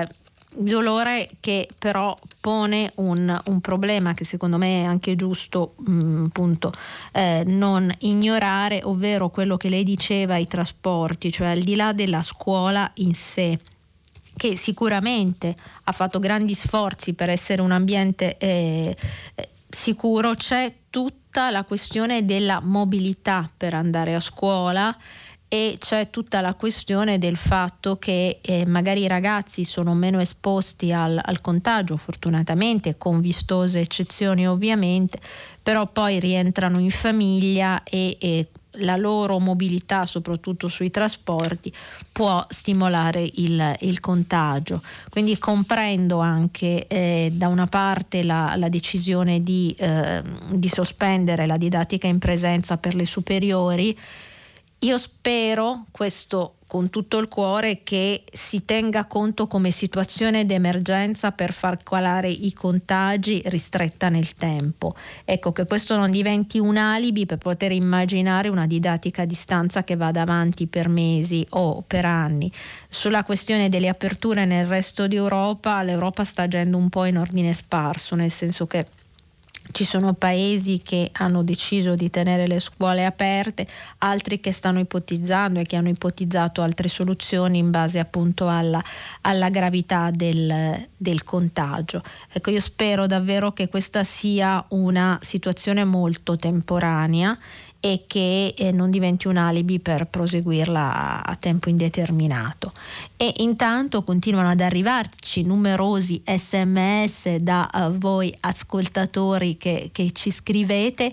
Speaker 2: dolore che però pone un problema che secondo me è anche giusto appunto non ignorare, ovvero quello che lei diceva, i trasporti, cioè al di là della scuola in sé, che sicuramente ha fatto grandi sforzi per essere un ambiente sicuro, c'è tutta la questione della mobilità per andare a scuola, e c'è tutta la questione del fatto che magari i ragazzi sono meno esposti al contagio, fortunatamente, con vistose eccezioni ovviamente, però poi rientrano in famiglia e la loro mobilità, soprattutto sui trasporti, può stimolare il contagio. Quindi comprendo anche da una parte la decisione di sospendere la didattica in presenza per le superiori. Io spero, questo con tutto il cuore, che si tenga conto come situazione d'emergenza per far calare i contagi ristretta nel tempo. Ecco, che questo non diventi un alibi per poter immaginare una didattica a distanza che vada avanti per mesi o per anni. Sulla questione delle aperture nel resto d'Europa, l'Europa sta agendo un po' in ordine sparso, nel senso che ci sono paesi che hanno deciso di tenere le scuole aperte, altri che stanno ipotizzando e che hanno ipotizzato altre soluzioni in base appunto alla gravità del contagio. Ecco, io spero davvero che questa sia una situazione molto temporanea e che non diventi un alibi per proseguirla a tempo indeterminato. E intanto continuano ad arrivarci numerosi SMS da voi ascoltatori che ci scrivete,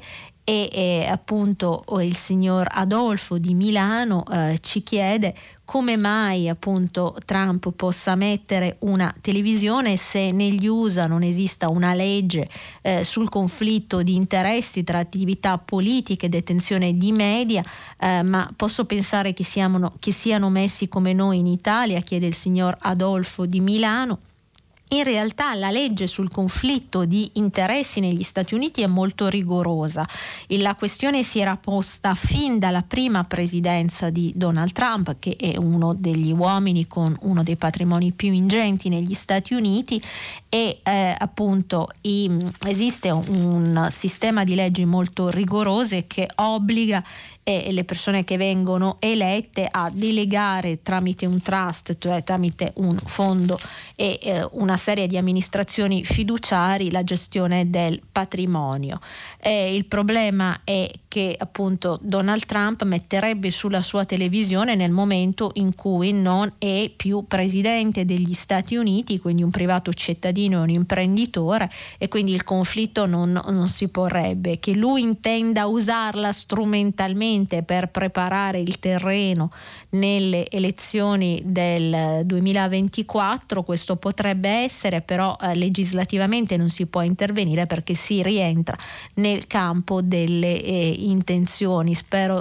Speaker 2: e appunto il signor Adolfo di Milano ci chiede come mai appunto Trump possa mettere una televisione se negli USA non esista una legge sul conflitto di interessi tra attività politiche e detenzione di media, ma posso pensare che siano messi come noi in Italia, chiede il signor Adolfo di Milano. In realtà la legge sul conflitto di interessi negli Stati Uniti è molto rigorosa. La questione si era posta fin dalla prima presidenza di Donald Trump, che è uno degli uomini con uno dei patrimoni più ingenti negli Stati Uniti, e appunto esiste un sistema di leggi molto rigorose che obbliga le persone che vengono elette a delegare tramite un trust, cioè tramite un fondo e una serie di amministrazioni fiduciari, la gestione del patrimonio. Il problema è che appunto Donald Trump metterebbe sulla sua televisione nel momento in cui non è più presidente degli Stati Uniti, quindi un privato cittadino e un imprenditore, e quindi il conflitto non si porrebbe. Che lui intenda usarla strumentalmente per preparare il terreno nelle elezioni del 2024, questo potrebbe essere, però legislativamente non si può intervenire perché si rientra nel campo delle intenzioni. Spero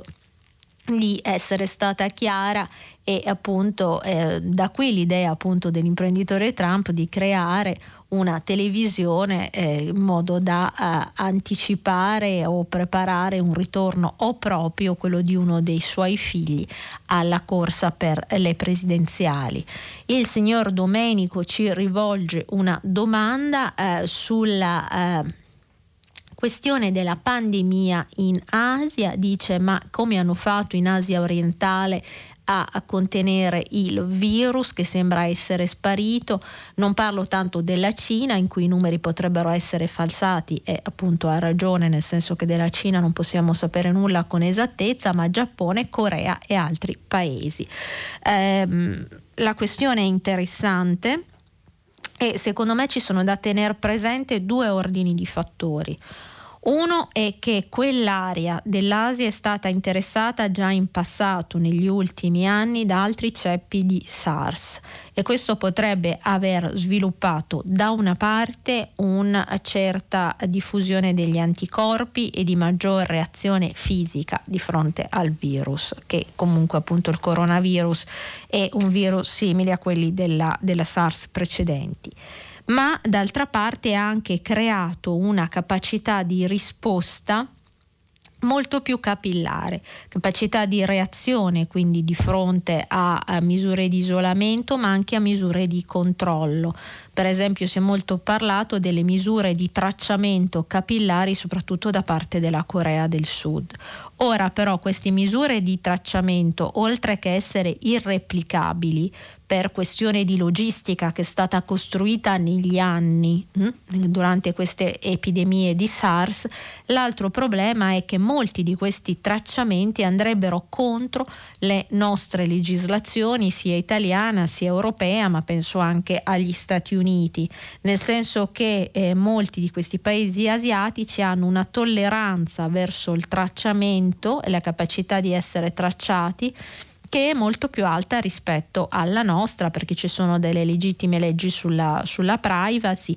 Speaker 2: di essere stata chiara, e appunto da qui l'idea appunto dell'imprenditore Trump di creare una televisione in modo da anticipare o preparare un ritorno o proprio quello di uno dei suoi figli alla corsa per le presidenziali. Il signor Domenico ci rivolge una domanda sulla questione della pandemia in Asia. Dice: ma come hanno fatto in Asia orientale a contenere il virus che sembra essere sparito? Non parlo tanto della Cina, in cui i numeri potrebbero essere falsati, e appunto ha ragione, nel senso che della Cina non possiamo sapere nulla con esattezza, ma Giappone, Corea e altri paesi. La questione è interessante e secondo me ci sono da tenere presente due ordini di fattori. Uno è che quell'area dell'Asia è stata interessata già in passato, negli ultimi anni, da altri ceppi di SARS, e questo potrebbe aver sviluppato da una parte una certa diffusione degli anticorpi e di maggior reazione fisica di fronte al virus, che comunque appunto il coronavirus è un virus simile a quelli della SARS precedenti, ma d'altra parte ha anche creato una capacità di risposta molto più capillare, capacità di reazione quindi di fronte a misure di isolamento, ma anche a misure di controllo. Per esempio si è molto parlato delle misure di tracciamento capillari soprattutto da parte della Corea del Sud. Ora però queste misure di tracciamento, oltre che essere irreplicabili per questione di logistica che è stata costruita negli anni durante queste epidemie di SARS, l'altro problema è che molti di questi tracciamenti andrebbero contro le nostre legislazioni, sia italiana sia europea, ma penso anche agli Stati Uniti, nel senso che molti di questi paesi asiatici hanno una tolleranza verso il tracciamento e la capacità di essere tracciati che è molto più alta rispetto alla nostra, perché ci sono delle legittime leggi sulla privacy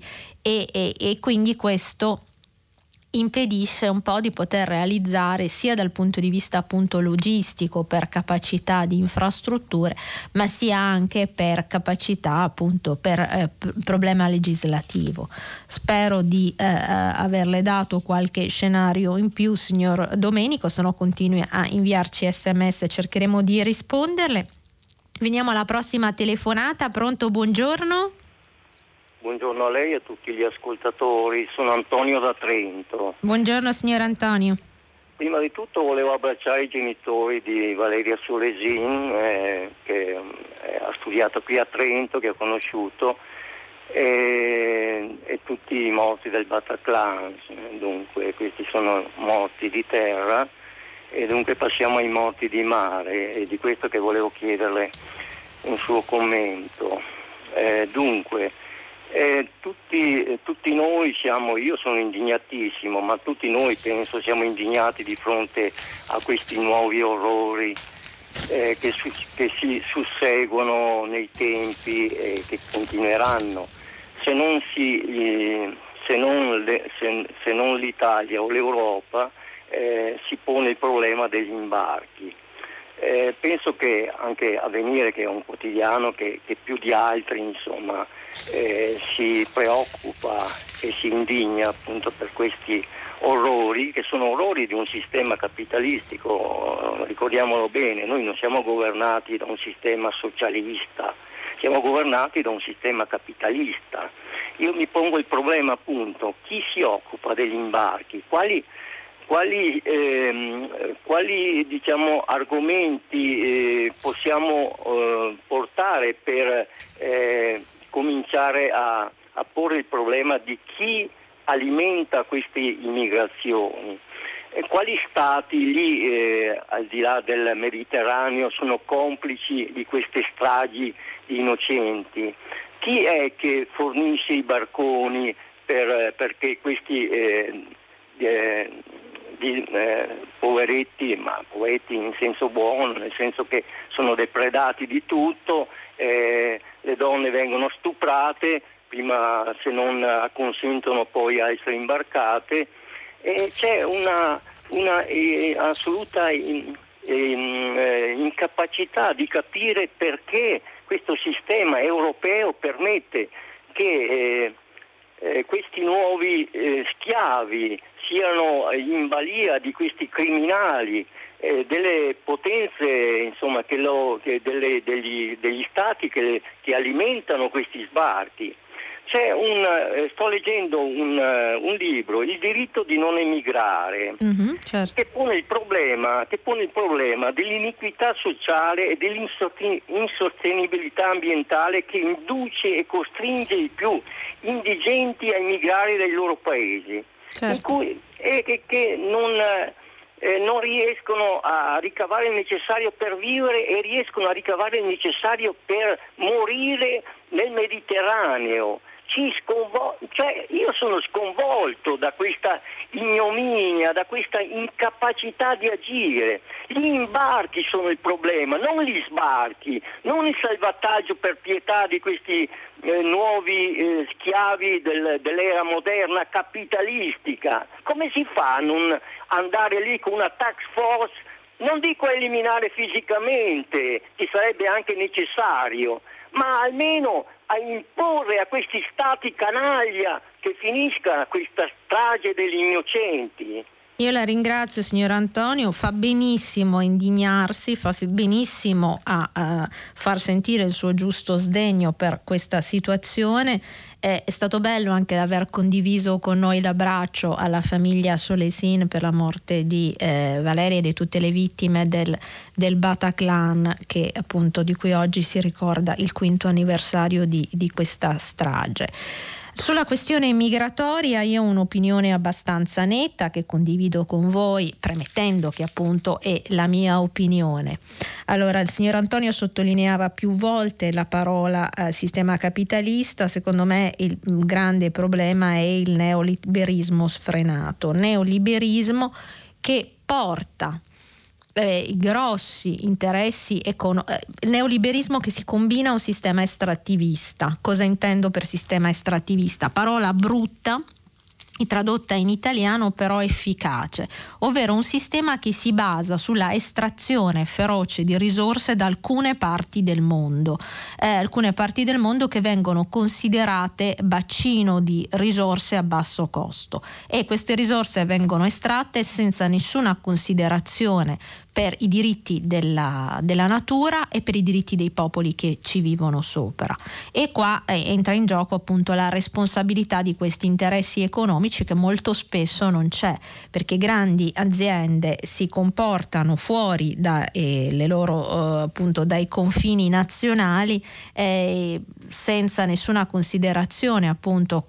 Speaker 2: e quindi questo impedisce un po' di poter realizzare sia dal punto di vista appunto logistico per capacità di infrastrutture, ma sia anche per capacità appunto per problema legislativo. Spero di averle dato qualche scenario in più, signor Domenico, se no continui a inviarci SMS e cercheremo di risponderle. Veniamo alla prossima telefonata. Pronto, buongiorno.
Speaker 5: Buongiorno a lei e a tutti gli ascoltatori, sono Antonio da Trento.
Speaker 2: Buongiorno signor Antonio.
Speaker 5: Prima di tutto volevo abbracciare i genitori di Valeria Solesin, che ha studiato qui a Trento, che ho conosciuto, e tutti i morti del Bataclan. Dunque questi sono morti di terra e dunque passiamo ai morti di mare, e di questo che volevo chiederle un suo commento. Tutti noi io sono indignatissimo, ma tutti noi penso siamo indignati di fronte a questi nuovi orrori che si susseguono nei tempi e che continueranno. Se non l'Italia o l'Europa si pone il problema degli imbarchi. Penso che anche Avvenire, che è un quotidiano che più di altri insomma si preoccupa e si indigna appunto per questi orrori, che sono orrori di un sistema capitalistico. Ricordiamolo bene, noi non siamo governati da un sistema socialista, siamo governati da un sistema capitalista. Io mi pongo il problema appunto: chi si occupa degli imbarchi? Quali diciamo argomenti possiamo portare per cominciare a porre il problema di chi alimenta queste immigrazioni? Quali stati lì al di là del Mediterraneo sono complici di queste stragi di innocenti? Chi è che fornisce i barconi perché questi poveretti, ma poveretti in senso buono, nel senso che sono depredati di tutto, le donne vengono stuprate prima, se non consentono poi a essere imbarcate, e c'è una assoluta incapacità di capire perché questo sistema europeo permette che questi nuovi schiavi siano in balia di questi criminali, delle potenze insomma degli stati che alimentano questi sbarchi. Sto leggendo un libro, Il diritto di non emigrare,
Speaker 2: certo,
Speaker 5: che pone il problema dell'iniquità sociale e dell'insostenibilità ambientale che induce e costringe i più indigenti a emigrare dai loro paesi,
Speaker 2: certo,
Speaker 5: che non riescono a ricavare il necessario per vivere e riescono a ricavare il necessario per morire nel Mediterraneo. io sono sconvolto da questa ignominia, da questa incapacità di agire. Gli imbarchi sono il problema, non gli sbarchi, non il salvataggio per pietà di questi nuovi schiavi dell'era moderna capitalistica. Come si fa a non andare lì con una task force? Non dico a eliminare fisicamente, che sarebbe anche necessario, ma almeno a imporre a questi stati canaglia che finisca questa strage degli innocenti.
Speaker 2: Io la ringrazio, signor Antonio, fa benissimo a indignarsi, fa benissimo a far sentire il suo giusto sdegno per questa situazione. È stato bello anche aver condiviso con noi l'abbraccio alla famiglia Solesin per la morte di Valeria e di tutte le vittime del Bataclan, che appunto di cui oggi si ricorda il 5° anniversario di questa strage. Sulla questione migratoria io ho un'opinione abbastanza netta che condivido con voi, premettendo che appunto è la mia opinione. Allora, il signor Antonio sottolineava più volte la parola sistema capitalista. Secondo me il grande problema è il neoliberismo sfrenato, neoliberismo che porta i grossi interessi neoliberismo che si combina a un sistema estrattivista. Cosa intendo per sistema estrattivista? Parola brutta, tradotta in italiano però efficace, ovvero un sistema che si basa sulla estrazione feroce di risorse da alcune parti del mondo che vengono considerate bacino di risorse a basso costo, e queste risorse vengono estratte senza nessuna considerazione per i diritti della natura e per i diritti dei popoli che ci vivono sopra. E qua entra in gioco appunto la responsabilità di questi interessi economici, che molto spesso non c'è, perché grandi aziende si comportano fuori le loro appunto dai confini nazionali senza nessuna considerazione, appunto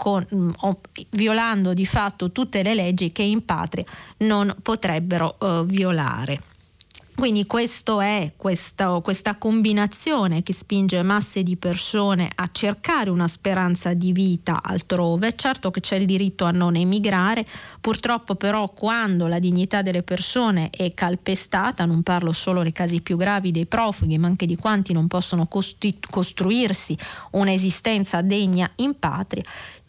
Speaker 2: violando di fatto tutte le leggi che in patria non potrebbero violare. Quindi questo è questa combinazione che spinge masse di persone a cercare una speranza di vita altrove. Certo che c'è il diritto a non emigrare, purtroppo però quando la dignità delle persone è calpestata, non parlo solo nei casi più gravi dei profughi, ma anche di quanti non possono costruirsi un'esistenza degna in patria,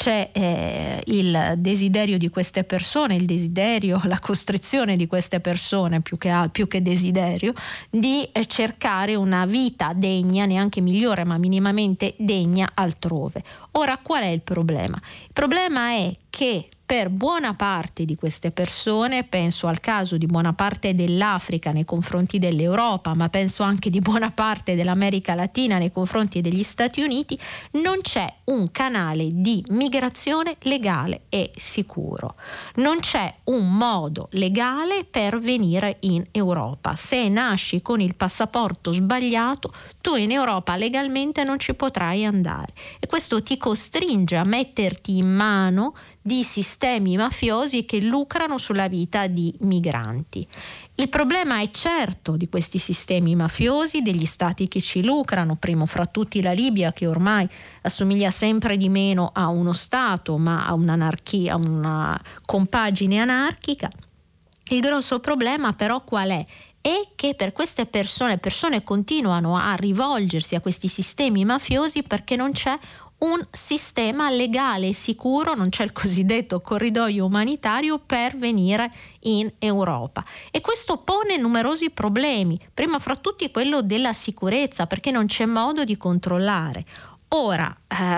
Speaker 2: c'è il desiderio di queste persone, la costrizione di queste persone più che desiderio, di cercare una vita degna, neanche migliore ma minimamente degna altrove. Ora, qual è il problema? Il problema è che per buona parte di queste persone, penso al caso di buona parte dell'Africa nei confronti dell'Europa, ma penso anche di buona parte dell'America Latina nei confronti degli Stati Uniti, non c'è un canale di migrazione legale e sicuro. Non c'è un modo legale per venire in Europa. Se nasci con il passaporto sbagliato, tu in Europa legalmente non ci potrai andare, e questo ti costringe a metterti in mano di sistemi mafiosi che lucrano sulla vita di migranti. Il problema è certo di questi sistemi mafiosi, degli stati che ci lucrano, primo fra tutti la Libia, che ormai assomiglia sempre di meno a uno stato, ma a un'anarchia, a una compagine anarchica. Il grosso problema però qual è? È che per queste persone continuano a rivolgersi a questi sistemi mafiosi perché non c'è un sistema legale e sicuro, non c'è il cosiddetto corridoio umanitario per venire in Europa, e questo pone numerosi problemi, prima fra tutti quello della sicurezza, perché non c'è modo di controllare. Ora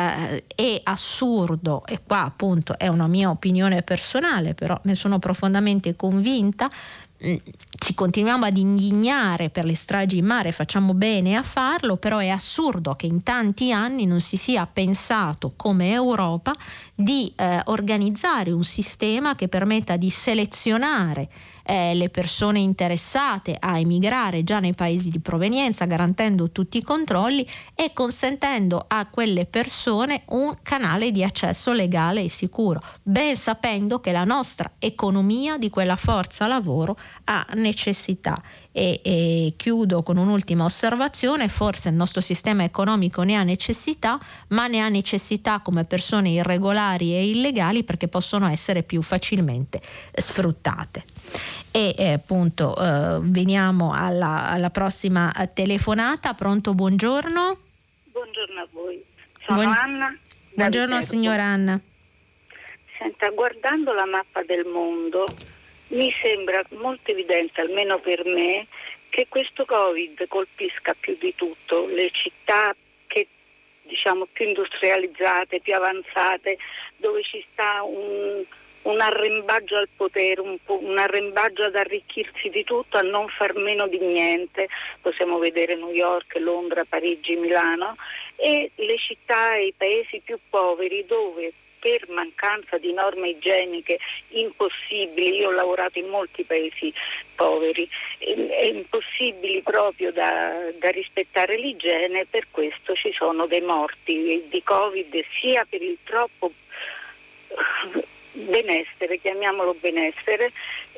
Speaker 2: è assurdo, e qua appunto è una mia opinione personale, però ne sono profondamente convinta. Ci continuiamo ad indignare per le stragi in mare, facciamo bene a farlo, però è assurdo che in tanti anni non si sia pensato come Europa di organizzare un sistema che permetta di selezionare le persone interessate a emigrare già nei paesi di provenienza, garantendo tutti i controlli e consentendo a quelle persone un canale di accesso legale e sicuro, ben sapendo che la nostra economia di quella forza lavoro ha necessità. E chiudo con un'ultima osservazione: forse il nostro sistema economico ne ha necessità, ma ne ha necessità come persone irregolari e illegali, perché possono essere più facilmente sfruttate. E appunto veniamo alla prossima telefonata. Pronto, buongiorno.
Speaker 6: Buongiorno a voi, sono Anna.
Speaker 2: Buongiorno signora Anna.
Speaker 6: Senta, guardando la mappa del mondo mi sembra molto evidente, almeno per me, che questo Covid colpisca più di tutto le città che diciamo più industrializzate, più avanzate, dove ci sta un arrembaggio al potere, un arrembaggio ad arricchirsi di tutto, a non far meno di niente. Possiamo vedere New York, Londra, Parigi, Milano, e le città e i paesi più poveri dove per mancanza di norme igieniche impossibili, io ho lavorato in molti paesi poveri, è impossibili proprio da rispettare l'igiene, per questo ci sono dei morti di Covid, sia per il troppo benessere, chiamiamolo benessere,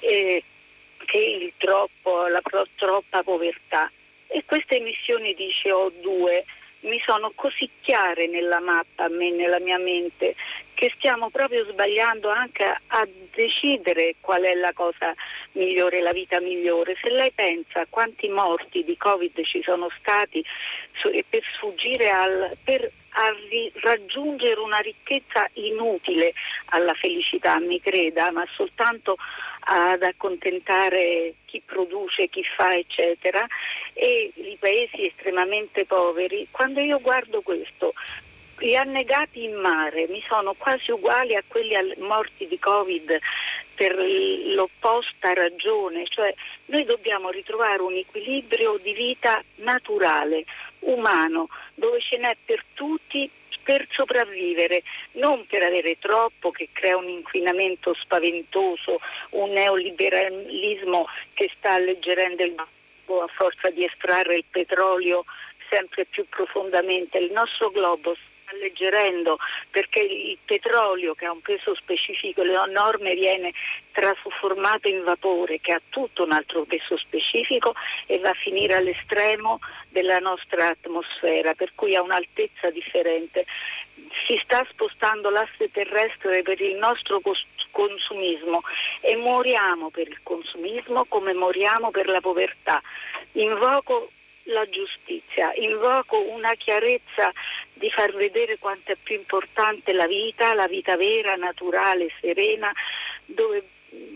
Speaker 6: che la troppa povertà. E queste emissioni di CO2 mi sono così chiare nella mappa, a me, nella mia mente, che stiamo proprio sbagliando anche a decidere qual è la cosa migliore, la vita migliore. Se lei pensa a quanti morti di Covid ci sono stati per sfuggire per raggiungere una ricchezza inutile alla felicità, mi creda, ma soltanto ad accontentare chi produce, chi fa, eccetera, e i paesi estremamente poveri. Quando io guardo questo, gli annegati in mare mi sono quasi uguali a quelli morti di Covid per l'opposta ragione, cioè noi dobbiamo ritrovare un equilibrio di vita naturale, umano, dove ce n'è per tutti, per sopravvivere, non per avere troppo, che crea un inquinamento spaventoso, un neoliberalismo che sta alleggerendo il globo a forza di estrarre il petrolio sempre più profondamente. Il nostro globo sta alleggerendo perché il petrolio, che ha un peso specifico, le norme, viene trasformato in vapore, che ha tutto un altro peso specifico e va a finire all'estremo della nostra atmosfera, per cui ha un'altezza differente. Si sta spostando l'asse terrestre per il nostro consumismo e moriamo per il consumismo come moriamo per la povertà. Invoco la giustizia, invoco una chiarezza di far vedere quanto è più importante la vita vera, naturale, serena, dove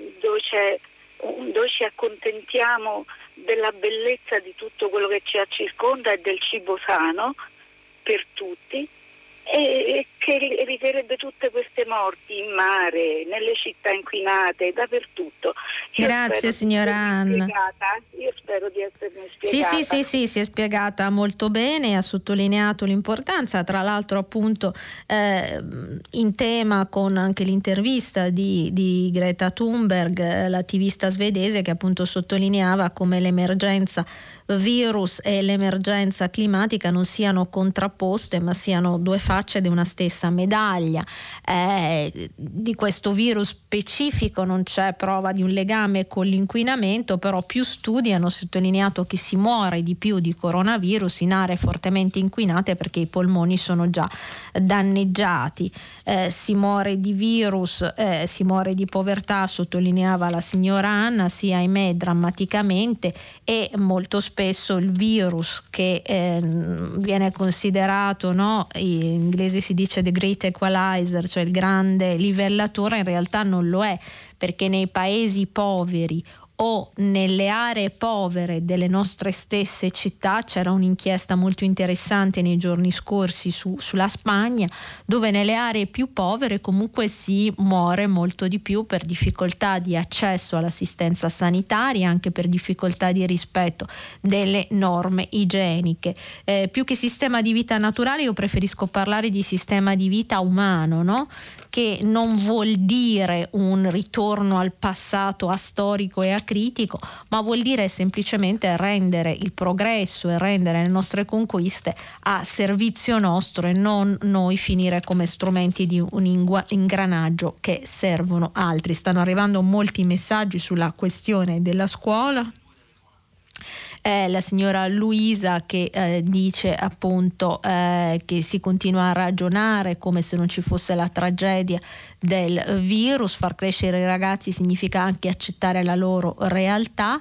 Speaker 6: ci accontentiamo della bellezza di tutto quello che ci circonda e del cibo sano per tutti, e che eviterebbe tutte queste morti in mare, nelle città inquinate, dappertutto.
Speaker 2: Grazie signora Anna.
Speaker 6: Io spero di essermi spiegata.
Speaker 2: Sì, si è spiegata molto bene, ha sottolineato l'importanza, tra l'altro appunto in tema con anche l'intervista di Greta Thunberg, l'attivista svedese, che appunto sottolineava come l'emergenza virus e l'emergenza climatica non siano contrapposte, ma siano due facce di una stessa medaglia. Di questo virus specifico non c'è prova di un legame con l'inquinamento, però più studi hanno sottolineato che si muore di più di coronavirus in aree fortemente inquinate perché i polmoni sono già danneggiati. Si muore di virus, si muore di povertà, sottolineava la signora Anna, sì, ahimè, drammaticamente, e molto spesso il virus che viene considerato, no, in inglese si dice the great equalizer, cioè il grande livellatore, in realtà non lo è, perché nei paesi poveri o nelle aree povere delle nostre stesse città, c'era un'inchiesta molto interessante nei giorni scorsi sulla Spagna, dove nelle aree più povere comunque si muore molto di più per difficoltà di accesso all'assistenza sanitaria, anche per difficoltà di rispetto delle norme igieniche. Più che sistema di vita naturale io preferisco parlare di sistema di vita umano, no? Che non vuol dire un ritorno al passato astorico e acritico, ma vuol dire semplicemente rendere il progresso e rendere le nostre conquiste a servizio nostro e non noi finire come strumenti di un ingranaggio che servono altri. Stanno arrivando molti messaggi sulla questione della scuola. la signora Luisa che dice appunto che si continua a ragionare come se non ci fosse la tragedia del virus. Far crescere i ragazzi significa anche accettare la loro realtà.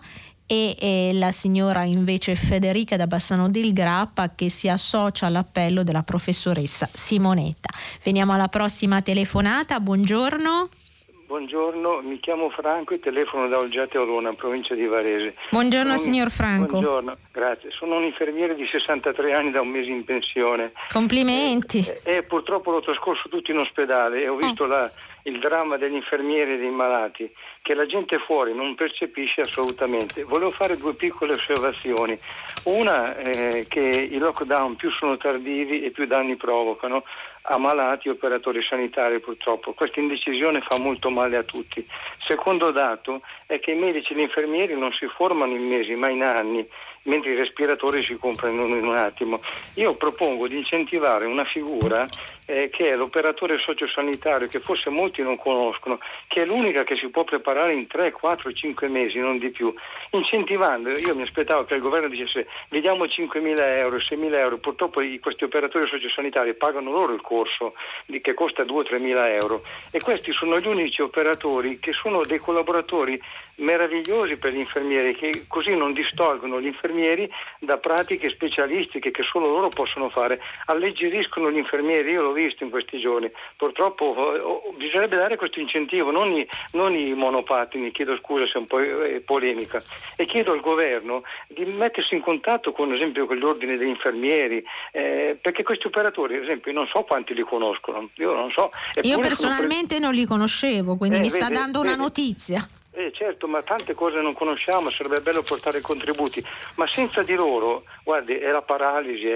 Speaker 2: E la signora invece Federica da Bassano del Grappa che si associa all'appello della professoressa Simonetta. Veniamo alla prossima telefonata. Buongiorno.
Speaker 7: Buongiorno, mi chiamo Franco e telefono da Olgiate Orona, provincia di Varese.
Speaker 2: Buongiorno signor Franco.
Speaker 7: Buongiorno, grazie. Sono un infermiere di 63 anni da un mese in pensione.
Speaker 2: Complimenti.
Speaker 7: Purtroppo l'ho trascorso tutto in ospedale e ho visto il dramma degli infermieri e dei malati che la gente fuori non percepisce assolutamente. Volevo fare due piccole osservazioni. Una che i lockdown più sono tardivi e più danni provocano a malati e operatori sanitari, purtroppo. Questa indecisione fa molto male a tutti. Secondo dato è che i medici e gli infermieri non si formano in mesi ma in anni, mentre i respiratori si comprano in un attimo. Io propongo di incentivare una figura che è l'operatore sociosanitario, che forse molti non conoscono, che è l'unica che si può preparare in 3, 4, 5 mesi, non di più. Incentivando, io mi aspettavo che il governo dicesse vi diamo 5.000 euro, 6.000 euro, purtroppo questi operatori sociosanitari pagano loro il corso che costa 2-3.000 euro e questi sono gli unici operatori che sono dei collaboratori meravigliosi per gli infermieri, che così non distolgono gli infermieri da pratiche specialistiche che solo loro possono fare, alleggeriscono gli infermieri. Io l'ho visto in questi giorni, purtroppo bisognerebbe dare questo incentivo, non i monopattini, chiedo scusa se è un po' polemica, e chiedo al governo di mettersi in contatto con esempio con l'ordine degli infermieri, perché questi operatori ad esempio non so quanti li conoscono, io non so.
Speaker 2: Io personalmente non li conoscevo, quindi mi sta dando una notizia.
Speaker 7: Certo, ma tante cose non conosciamo, sarebbe bello portare contributi, ma senza di loro, guardi, è la paralisi,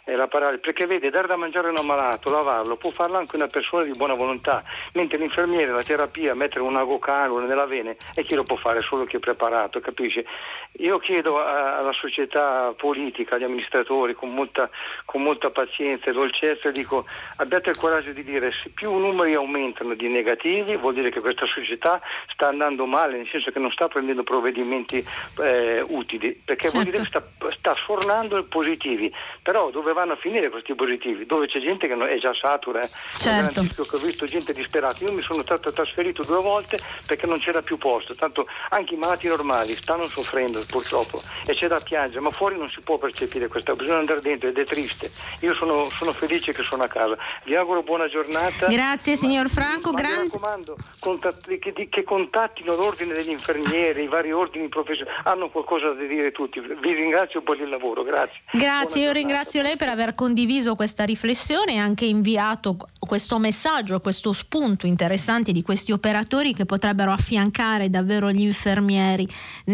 Speaker 7: perché vede, dare da mangiare a un malato, lavarlo, può farlo anche una persona di buona volontà, mentre l'infermiere, la terapia, mettere un agocanula nella vene, e chi lo può fare? Solo chi è preparato, capisci? Io chiedo alla società politica, agli amministratori, con molta pazienza e dolcezza, dico, abbiate il coraggio di dire, se più numeri aumentano di negativi, vuol dire che questa società sta andando male, nel senso che non sta prendendo provvedimenti utili, perché vuol dire che sta sfornando i positivi. Però dove vanno a finire questi positivi? Dove c'è gente che è già satura,
Speaker 2: certo.
Speaker 7: Che ho visto gente disperata. Io mi sono stato trasferito 2 volte perché non c'era più posto, tanto anche i malati normali stanno soffrendo purtroppo e c'è da piangere, ma fuori non si può percepire questa, bisogna andare dentro ed è triste. Io sono felice che sono a casa. Vi auguro buona giornata.
Speaker 2: Grazie signor Franco.
Speaker 7: Mi raccomando, che contattino l'ordine degli infermieri, i vari ordini professionali, hanno qualcosa da dire tutti. Vi ringrazio per il lavoro, grazie.
Speaker 2: Io ringrazio lei per aver condiviso questa riflessione e anche inviato questo messaggio, questo spunto interessante di questi operatori che potrebbero affiancare davvero gli infermieri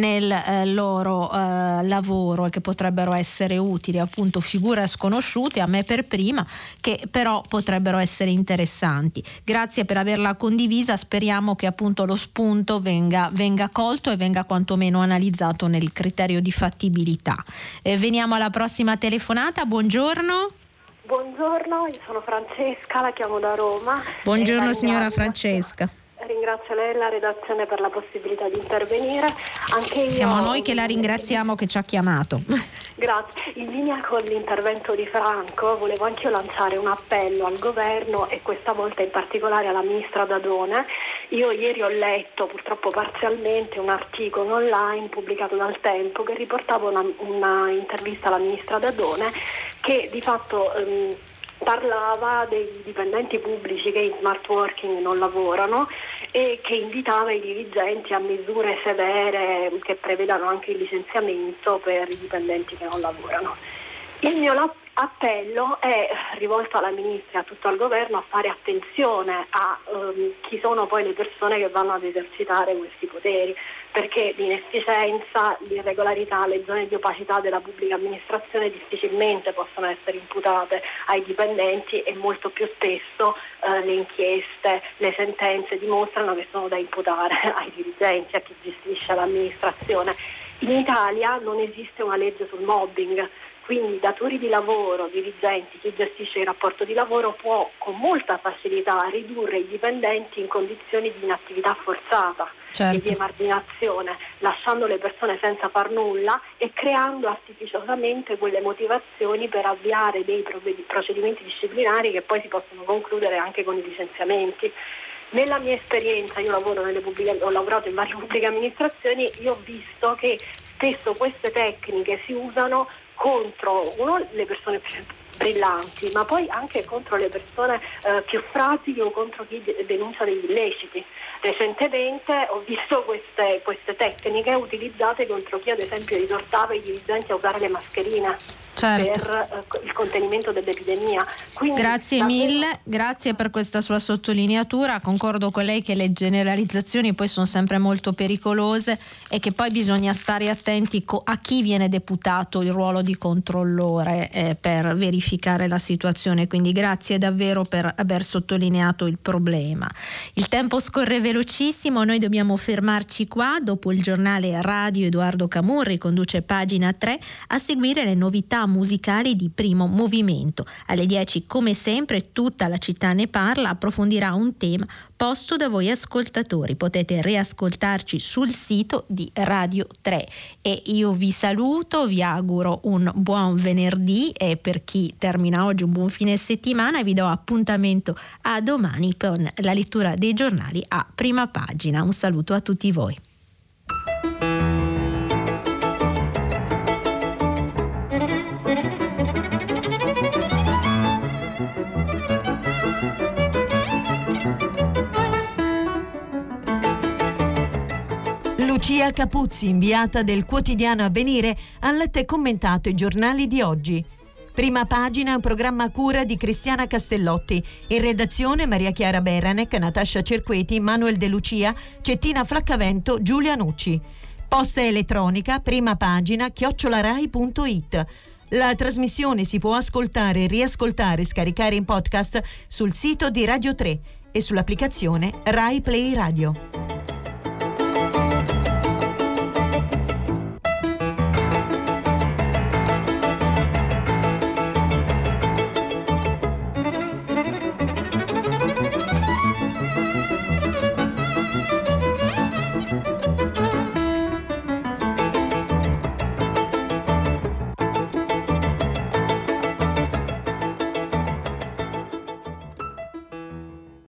Speaker 2: nel loro lavoro e che potrebbero essere utili, appunto figure sconosciute, a me per prima, che però potrebbero essere interessanti. Grazie per averla condivisa, speriamo che appunto lo spunto venga colto e venga quantomeno analizzato nel criterio di fattibilità. Veniamo alla prossima telefonata. Buongiorno.
Speaker 8: Buongiorno, io sono Francesca, la chiamo da Roma.
Speaker 2: Buongiorno signora Francesca.
Speaker 8: Ringrazio lei e la redazione per la possibilità di intervenire. Anche io.
Speaker 2: Siamo noi che la ringraziamo che ci ha chiamato.
Speaker 8: Grazie. In linea con l'intervento di Franco, volevo anche io lanciare un appello al governo e questa volta in particolare alla ministra Dadone. Io ieri ho letto, purtroppo parzialmente, un articolo online pubblicato dal Tempo che riportava una intervista alla ministra Dadone che di fatto parlava dei dipendenti pubblici che in smart working non lavorano e che invitava i dirigenti a misure severe che prevedano anche il licenziamento per i dipendenti che non lavorano. Il mio appello è rivolto alla ministra e a tutto il governo a fare attenzione a chi sono poi le persone che vanno ad esercitare questi poteri, perché l'inefficienza, l'irregolarità, le zone di opacità della pubblica amministrazione difficilmente possono essere imputate ai dipendenti e molto più spesso le inchieste, le sentenze dimostrano che sono da imputare ai dirigenti, a chi gestisce l'amministrazione. In Italia non esiste una legge sul mobbing, Quindi datori di lavoro, dirigenti, chi gestisce il rapporto di lavoro può con molta facilità ridurre i dipendenti in condizioni di inattività forzata e di emarginazione, lasciando le persone senza far nulla e creando artificiosamente quelle motivazioni per avviare dei procedimenti disciplinari che poi si possono concludere anche con i licenziamenti. Nella mia esperienza, io ho lavorato in varie pubbliche amministrazioni, io ho visto che spesso queste tecniche si usano contro le persone più brillanti, ma poi anche contro le persone più fragili o contro chi denuncia degli illeciti. Recentemente ho visto queste tecniche utilizzate contro chi ad esempio esortava i dirigenti a usare le mascherine per il contenimento dell'epidemia. Quindi,
Speaker 2: grazie mille, grazie per questa sua sottolineatura. Concordo con lei che le generalizzazioni poi sono sempre molto pericolose e che poi bisogna stare attenti a chi viene deputato il ruolo di controllore per verificare la situazione, quindi grazie davvero per aver sottolineato il problema. Il tempo scorre velocissimo, noi dobbiamo fermarci qua. Dopo il giornale radio Edoardo Camurri conduce Pagina 3, a seguire le novità musicali di Primo Movimento. Alle 10 come sempre Tutta la città ne parla approfondirà un tema posto da voi ascoltatori. Potete riascoltarci sul sito di Radio 3 e io vi saluto, vi auguro un buon venerdì e per chi termina oggi un buon fine settimana e vi do appuntamento a domani con la lettura dei giornali a Prima Pagina. Un saluto a tutti voi.
Speaker 1: Lucia Capuzzi, inviata del quotidiano Avvenire, ha letto e commentato i giornali di oggi. Prima Pagina è un programma a cura di Cristiana Castellotti. In redazione Maria Chiara Beranec, Natascia Cerqueti, Manuel De Lucia, Cettina Flaccavento, Giulia Nucci. Posta elettronica primapagina@rai.it. La trasmissione si può ascoltare, riascoltare e scaricare in podcast sul sito di Radio 3 e sull'applicazione Rai Play Radio.